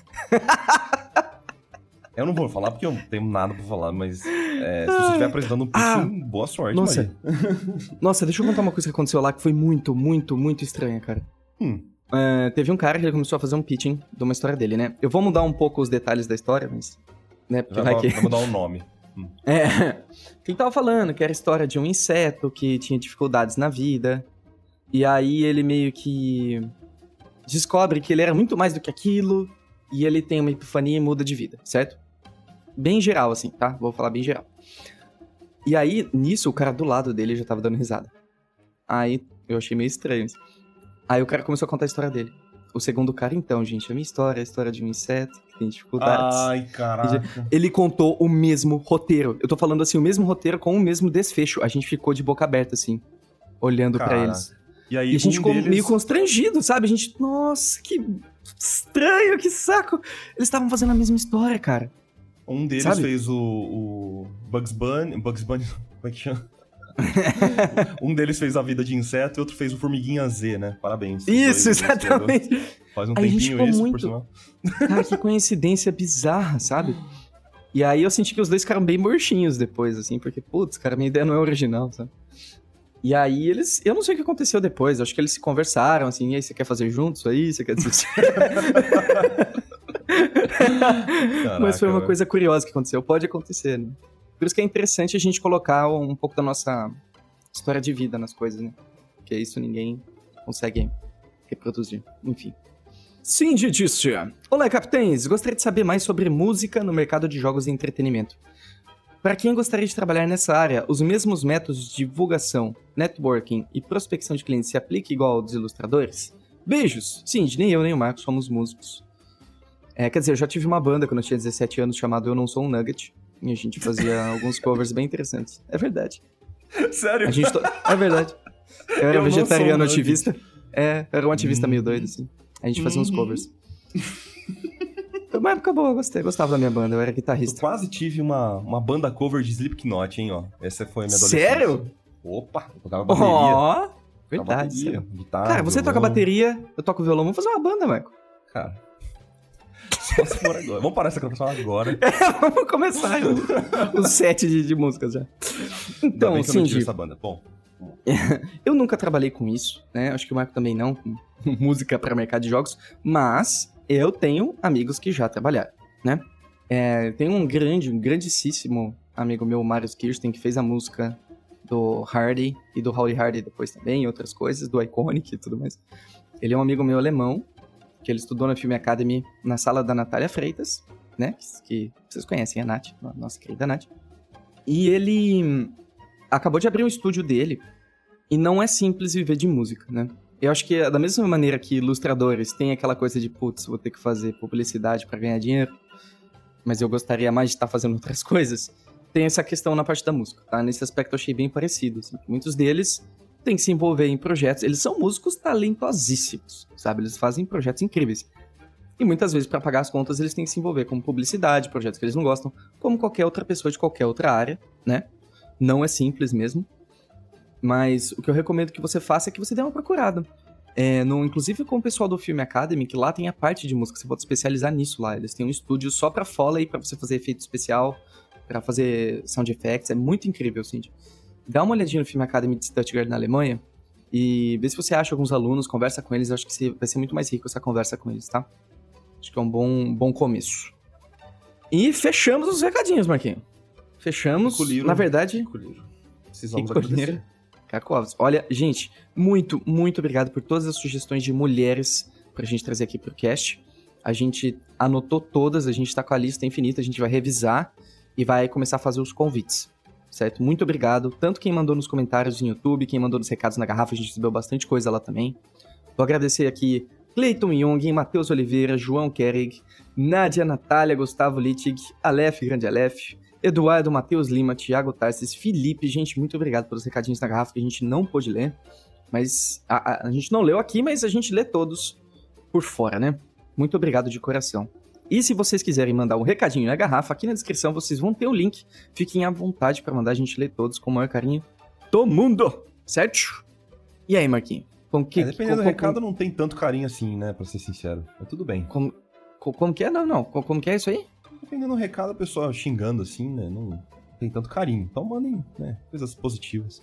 eu não vou falar porque eu não tenho nada pra falar, mas... É, se você estiver apresentando um pitching, ah, boa sorte, nossa. Maria. Nossa, deixa eu contar uma coisa que aconteceu lá que foi muito, muito, muito estranha, cara. Hum. É, teve um cara que ele começou a fazer um pitching de uma história dele, né? Eu vou mudar um pouco os detalhes da história, mas... né? Porque vai, vai que... vai mudar o nome. Hum. É, quem tava falando que era a história de um inseto que tinha dificuldades na vida, E aí ele meio que descobre que ele era muito mais do que aquilo, e ele tem uma epifania e muda de vida, certo? Bem geral, assim, tá? Vou falar bem geral. E aí, nisso, o cara do lado dele já tava dando risada. Aí, eu achei meio estranho. Aí o cara começou a contar a história dele. O segundo cara, então, gente, a minha história, a história de um inseto que tem dificuldades. Ai, caraca. Ele contou o mesmo roteiro. Eu tô falando assim, o mesmo roteiro com o mesmo desfecho. A gente ficou de boca aberta, assim, olhando Caraca. pra eles. E aí, E a gente um ficou deles... meio constrangido, sabe? A gente, nossa, que estranho, que saco. Eles estavam fazendo a mesma história, cara. Um deles Sabe? fez o, o Bugs Bunny... Bugs Bunny... Como é que chama? Um deles fez a vida de inseto e outro fez o Formiguinha Z, né? Parabéns. Isso, exatamente. Faz um Aí a gente tempinho ficou isso, muito- por sinal. Cara, que coincidência bizarra, sabe? E aí eu senti que os dois ficaram bem murchinhos depois, assim, porque, putz, cara, minha ideia não é original, sabe? E aí eles... Eu não sei o que aconteceu depois, acho que eles se conversaram, assim, e aí, você quer fazer juntos aí? Você quer desistir? Mas foi uma velho. coisa curiosa que aconteceu. Pode acontecer, né? Por isso que é interessante a gente colocar um pouco da nossa história de vida nas coisas, né? Porque isso ninguém consegue reproduzir. Enfim. Cindy disse: Olá, capitães! Gostaria de saber mais sobre música no mercado de jogos e entretenimento. Para quem gostaria de trabalhar nessa área, os mesmos métodos de divulgação, networking e prospecção de clientes se aplicam igual aos dos ilustradores? Beijos! Cindy, nem eu nem o Marcos somos músicos. É, quer dizer, eu já tive uma banda quando eu tinha dezessete anos chamada Eu Não Sou um Nugget. E a gente fazia alguns covers bem interessantes. É verdade. Sério? A gente to... É verdade. Eu era Eu não sou um vegetariano nugget. ativista. É, eu era um ativista Hum. meio doido, assim. A gente fazia uns Uhum. covers. Foi uma época boa, eu gostei. Gostava da minha banda, eu era Eu guitarrista. quase tive uma, uma banda cover de Slipknot, hein, ó. Essa foi a minha adolescência. Sério? Opa, eu tocava bateria. Ó, Tocava verdade. bateria, sério. guitarra, Cara, você toca violão. bateria, eu toco violão. Vamos fazer uma banda, Marco. Cara, só se for agora. Vamos parar essa gravação agora. Vamos começar o, o set de, de músicas já. Ainda Então, bem que eu não tive Cindy, essa banda. Bom, eu nunca trabalhei com isso, né? Acho que o Marco também não, com música para mercado de jogos, mas eu tenho amigos que já trabalharam, né? É, tem um grande, um grandíssimo amigo meu, Marius Kirsten, que fez a música do Hardy e do Howdy Hardy depois também, e outras coisas, do Iconic e tudo mais. Ele é um amigo meu alemão, que ele estudou na Film Academy na sala da Natália Freitas, né? Que, que vocês conhecem, a Nath, a nossa querida Nath. E ele acabou de abrir um estúdio dele, e não é simples viver de música, né? Eu acho que da mesma maneira que ilustradores têm aquela coisa de, putz, vou ter que fazer publicidade pra ganhar dinheiro, mas eu gostaria mais de estar fazendo outras coisas, tem essa questão na parte da música, tá? Nesse aspecto eu achei bem parecido, assim. Muitos deles têm que se envolver em projetos, eles são músicos talentosíssimos, sabe? Eles fazem projetos incríveis. E muitas vezes, pra pagar as contas, eles têm que se envolver com publicidade, projetos que eles não gostam, como qualquer outra pessoa de qualquer outra área, né? Não é simples mesmo. Mas o que eu recomendo que você faça é que você dê uma procurada. É, no, inclusive com o pessoal do Film Academy, que lá tem a parte de música, você pode especializar nisso lá. Eles têm um estúdio só pra Foley, pra você fazer efeito especial, pra fazer sound effects. É muito incrível, Cindy. Dá uma olhadinha no Film Academy de Stuttgart, na Alemanha, e vê se você acha alguns alunos, conversa com eles. Eu acho que vai ser muito mais rico essa conversa com eles, tá? Acho que é um bom, bom começo. E fechamos os recadinhos, Marquinhos. Fechamos, Colírio. na verdade... Colírio. Precisamos Picolheiro. agradecer. Cacovas. Olha, gente, muito, muito obrigado por todas as sugestões de mulheres pra gente trazer aqui pro cast. A gente anotou todas, a gente tá com a lista infinita, a gente vai revisar e vai começar a fazer os convites, certo? Muito obrigado, tanto quem mandou nos comentários no YouTube, quem mandou nos recados na garrafa, a gente recebeu bastante coisa lá também. Vou agradecer aqui Cleiton Young, Matheus Oliveira, João Kerig, Nádia, Natália, Gustavo Littig, Aleph, grande Aleph, Eduardo, Matheus Lima, Thiago Tarsis, Felipe, gente, muito obrigado pelos recadinhos na garrafa que a gente não pôde ler, mas a, a, a gente não leu aqui, mas a gente lê todos por fora, né? Muito obrigado de coração. E se vocês quiserem mandar um recadinho na garrafa, aqui na descrição vocês vão ter o link, fiquem à vontade para mandar, a gente ler todos com o maior carinho do mundo, certo? E aí, Marquinhos? Com que, É, dependendo com, do com, recado, não tem tanto carinho assim, né? Pra ser sincero. Mas tudo bem. Como, como, como que é? Não, não, como, como que é isso aí? Dependendo do recado, a pessoa xingando assim, né? Não tem tanto carinho. Então mandem, né? Coisas positivas.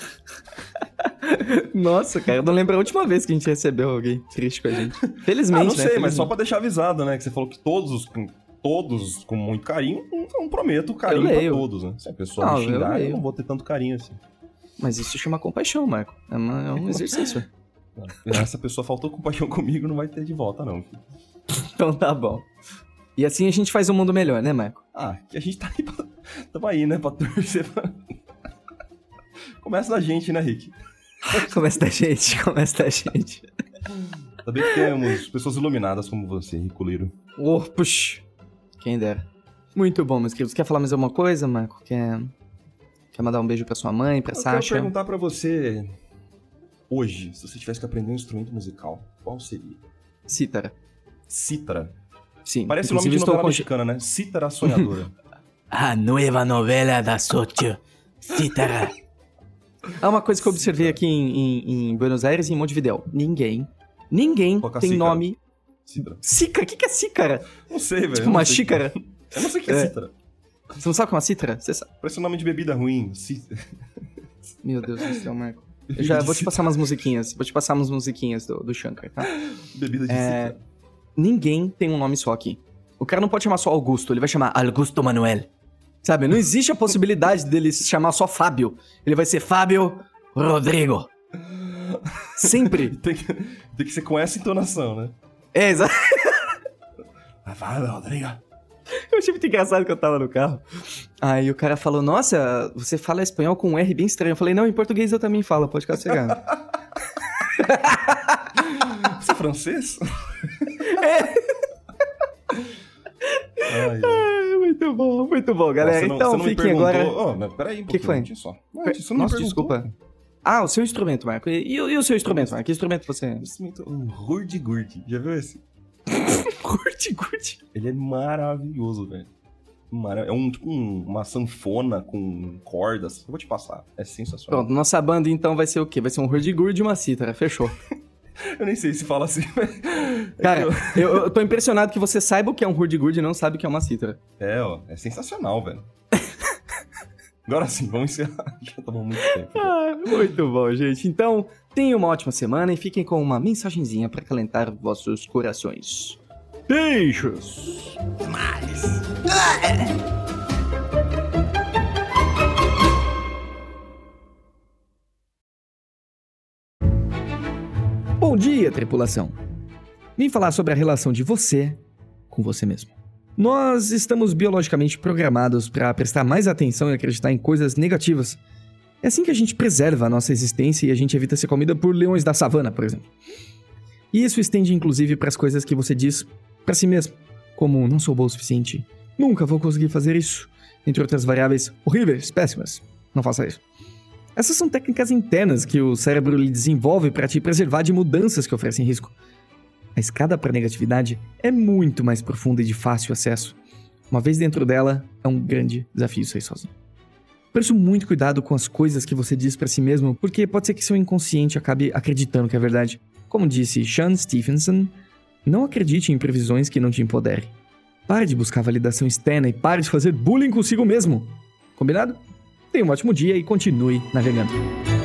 Nossa, cara, eu não lembro a última vez que a gente recebeu alguém triste com a gente. Felizmente, Ah, não né? sei, Felizmente. mas só pra deixar avisado, né? Que você falou que todos os... com- Todos com muito carinho, não, não prometo carinho Eu pra leio. todos, né? Se a pessoa Não, me eu xingar, eu, leio. não vou ter tanto carinho assim. Mas isso se chama compaixão, Marco. É, uma, é um exercício. Essa pessoa faltou compaixão comigo, não vai ter de volta, não. Então tá bom. E assim a gente faz um mundo melhor, né, Marco? Ah, que a gente tá aí pra... Tamo aí, né, pra torcer pra... Começa da gente, né, Rick? Começa da gente, começa da gente. Também que temos pessoas iluminadas como você, Rico Liro. Oh, puxa. Quem dera. Muito bom, meus queridos. Quer falar mais alguma coisa, Marco? Quer, Quer mandar um beijo pra sua mãe, pra Eu Sasha? Eu quero perguntar pra você... Hoje, se você tivesse que aprender um instrumento musical, qual seria? Cítara. Cítara? Sim. Parece o nome de novela mexicana, né? Cítara Sonhadora. A nova novela da Sochi. Cítara. Ah, uma coisa que eu observei aqui em, em, em Buenos Aires e em Montevidéu. Ninguém, ninguém Toca tem cícara. nome... Cítara. Xícara? O que, que é xícara? Não sei, velho. Tipo eu uma não sei. xícara? Eu não sei o que é, É. cítara. Você não sabe o que é uma cítara? Você sabe? Parece um nome de bebida ruim. Cítara. Meu Deus do céu, Marco. Eu já vou te passar umas musiquinhas. Vou te passar umas musiquinhas do, do Shankar, tá? Bebida de É... cítara. Ninguém tem um nome só aqui. O cara não pode chamar só Augusto, ele vai chamar Augusto Manuel. Sabe? Não existe a possibilidade dele se chamar só Fábio. Ele vai ser Fábio Rodrigo. Sempre. Tem que, tem que ser com essa entonação, né? É, exato. Ah, fala, Rodrigo. Eu achei muito engraçado que eu tava no carro. Aí o cara falou, nossa, você fala espanhol com um R bem estranho. Eu falei, não, em português eu também falo, pode ficar sossegado. Você é francês? Ai, ai. Ai, muito bom, muito bom, galera. Você não- então você não me fiquem perguntou- agora... Oh, mas peraí um Que que foi? pouquinho só. Não, isso não me Nossa, perguntou. desculpa. Ah, o seu instrumento, Marco. E, e o- e o seu instrumento, Marco? Que instrumento você... Instrumento, um hurdy-gurdy. Já viu esse? Curte, curte. Ele é maravilhoso, velho. Mara- É um, tipo um- uma sanfona com cordas. Eu vou te passar. É sensacional. Pronto, nossa banda então vai ser o quê? Vai ser um hurdy-gurdy e uma cítara, fechou. Eu nem sei se fala assim. É Cara, que eu- eu, eu tô impressionado que você saiba o que é um hurdy-gurdy e não sabe o que é uma cítara. É, ó. É sensacional, velho. Agora sim, vamos encerrar. Já tomou muito tempo. Ah, muito bom, gente. Então, tenham uma ótima semana e fiquem com uma mensagenzinha pra acalentar vossos corações. Beijos! Bom dia, tripulação. Vim falar sobre a relação de você com você mesmo. Nós estamos biologicamente programados para prestar mais atenção e acreditar em coisas negativas. É assim que a gente preserva a nossa existência e a gente evita ser comida por leões da savana, por exemplo. E isso estende inclusive para as coisas que você diz para si mesmo, como não sou bom o suficiente, nunca vou conseguir fazer isso, entre outras variáveis horríveis, péssimas. Não faça isso. Essas são técnicas internas que o cérebro lhe desenvolve para te preservar de mudanças que oferecem risco. A escada para a negatividade é muito mais profunda e de fácil acesso. Uma vez dentro dela, é um grande desafio sair sozinho. Por isso, muito cuidado com as coisas que você diz para si mesmo, porque pode ser que seu inconsciente acabe acreditando que é verdade. Como disse Sean Stephenson, não acredite em previsões que não te empoderem. Pare de buscar validação externa e pare de fazer bullying consigo mesmo. Combinado? Tenha um ótimo dia e continue navegando.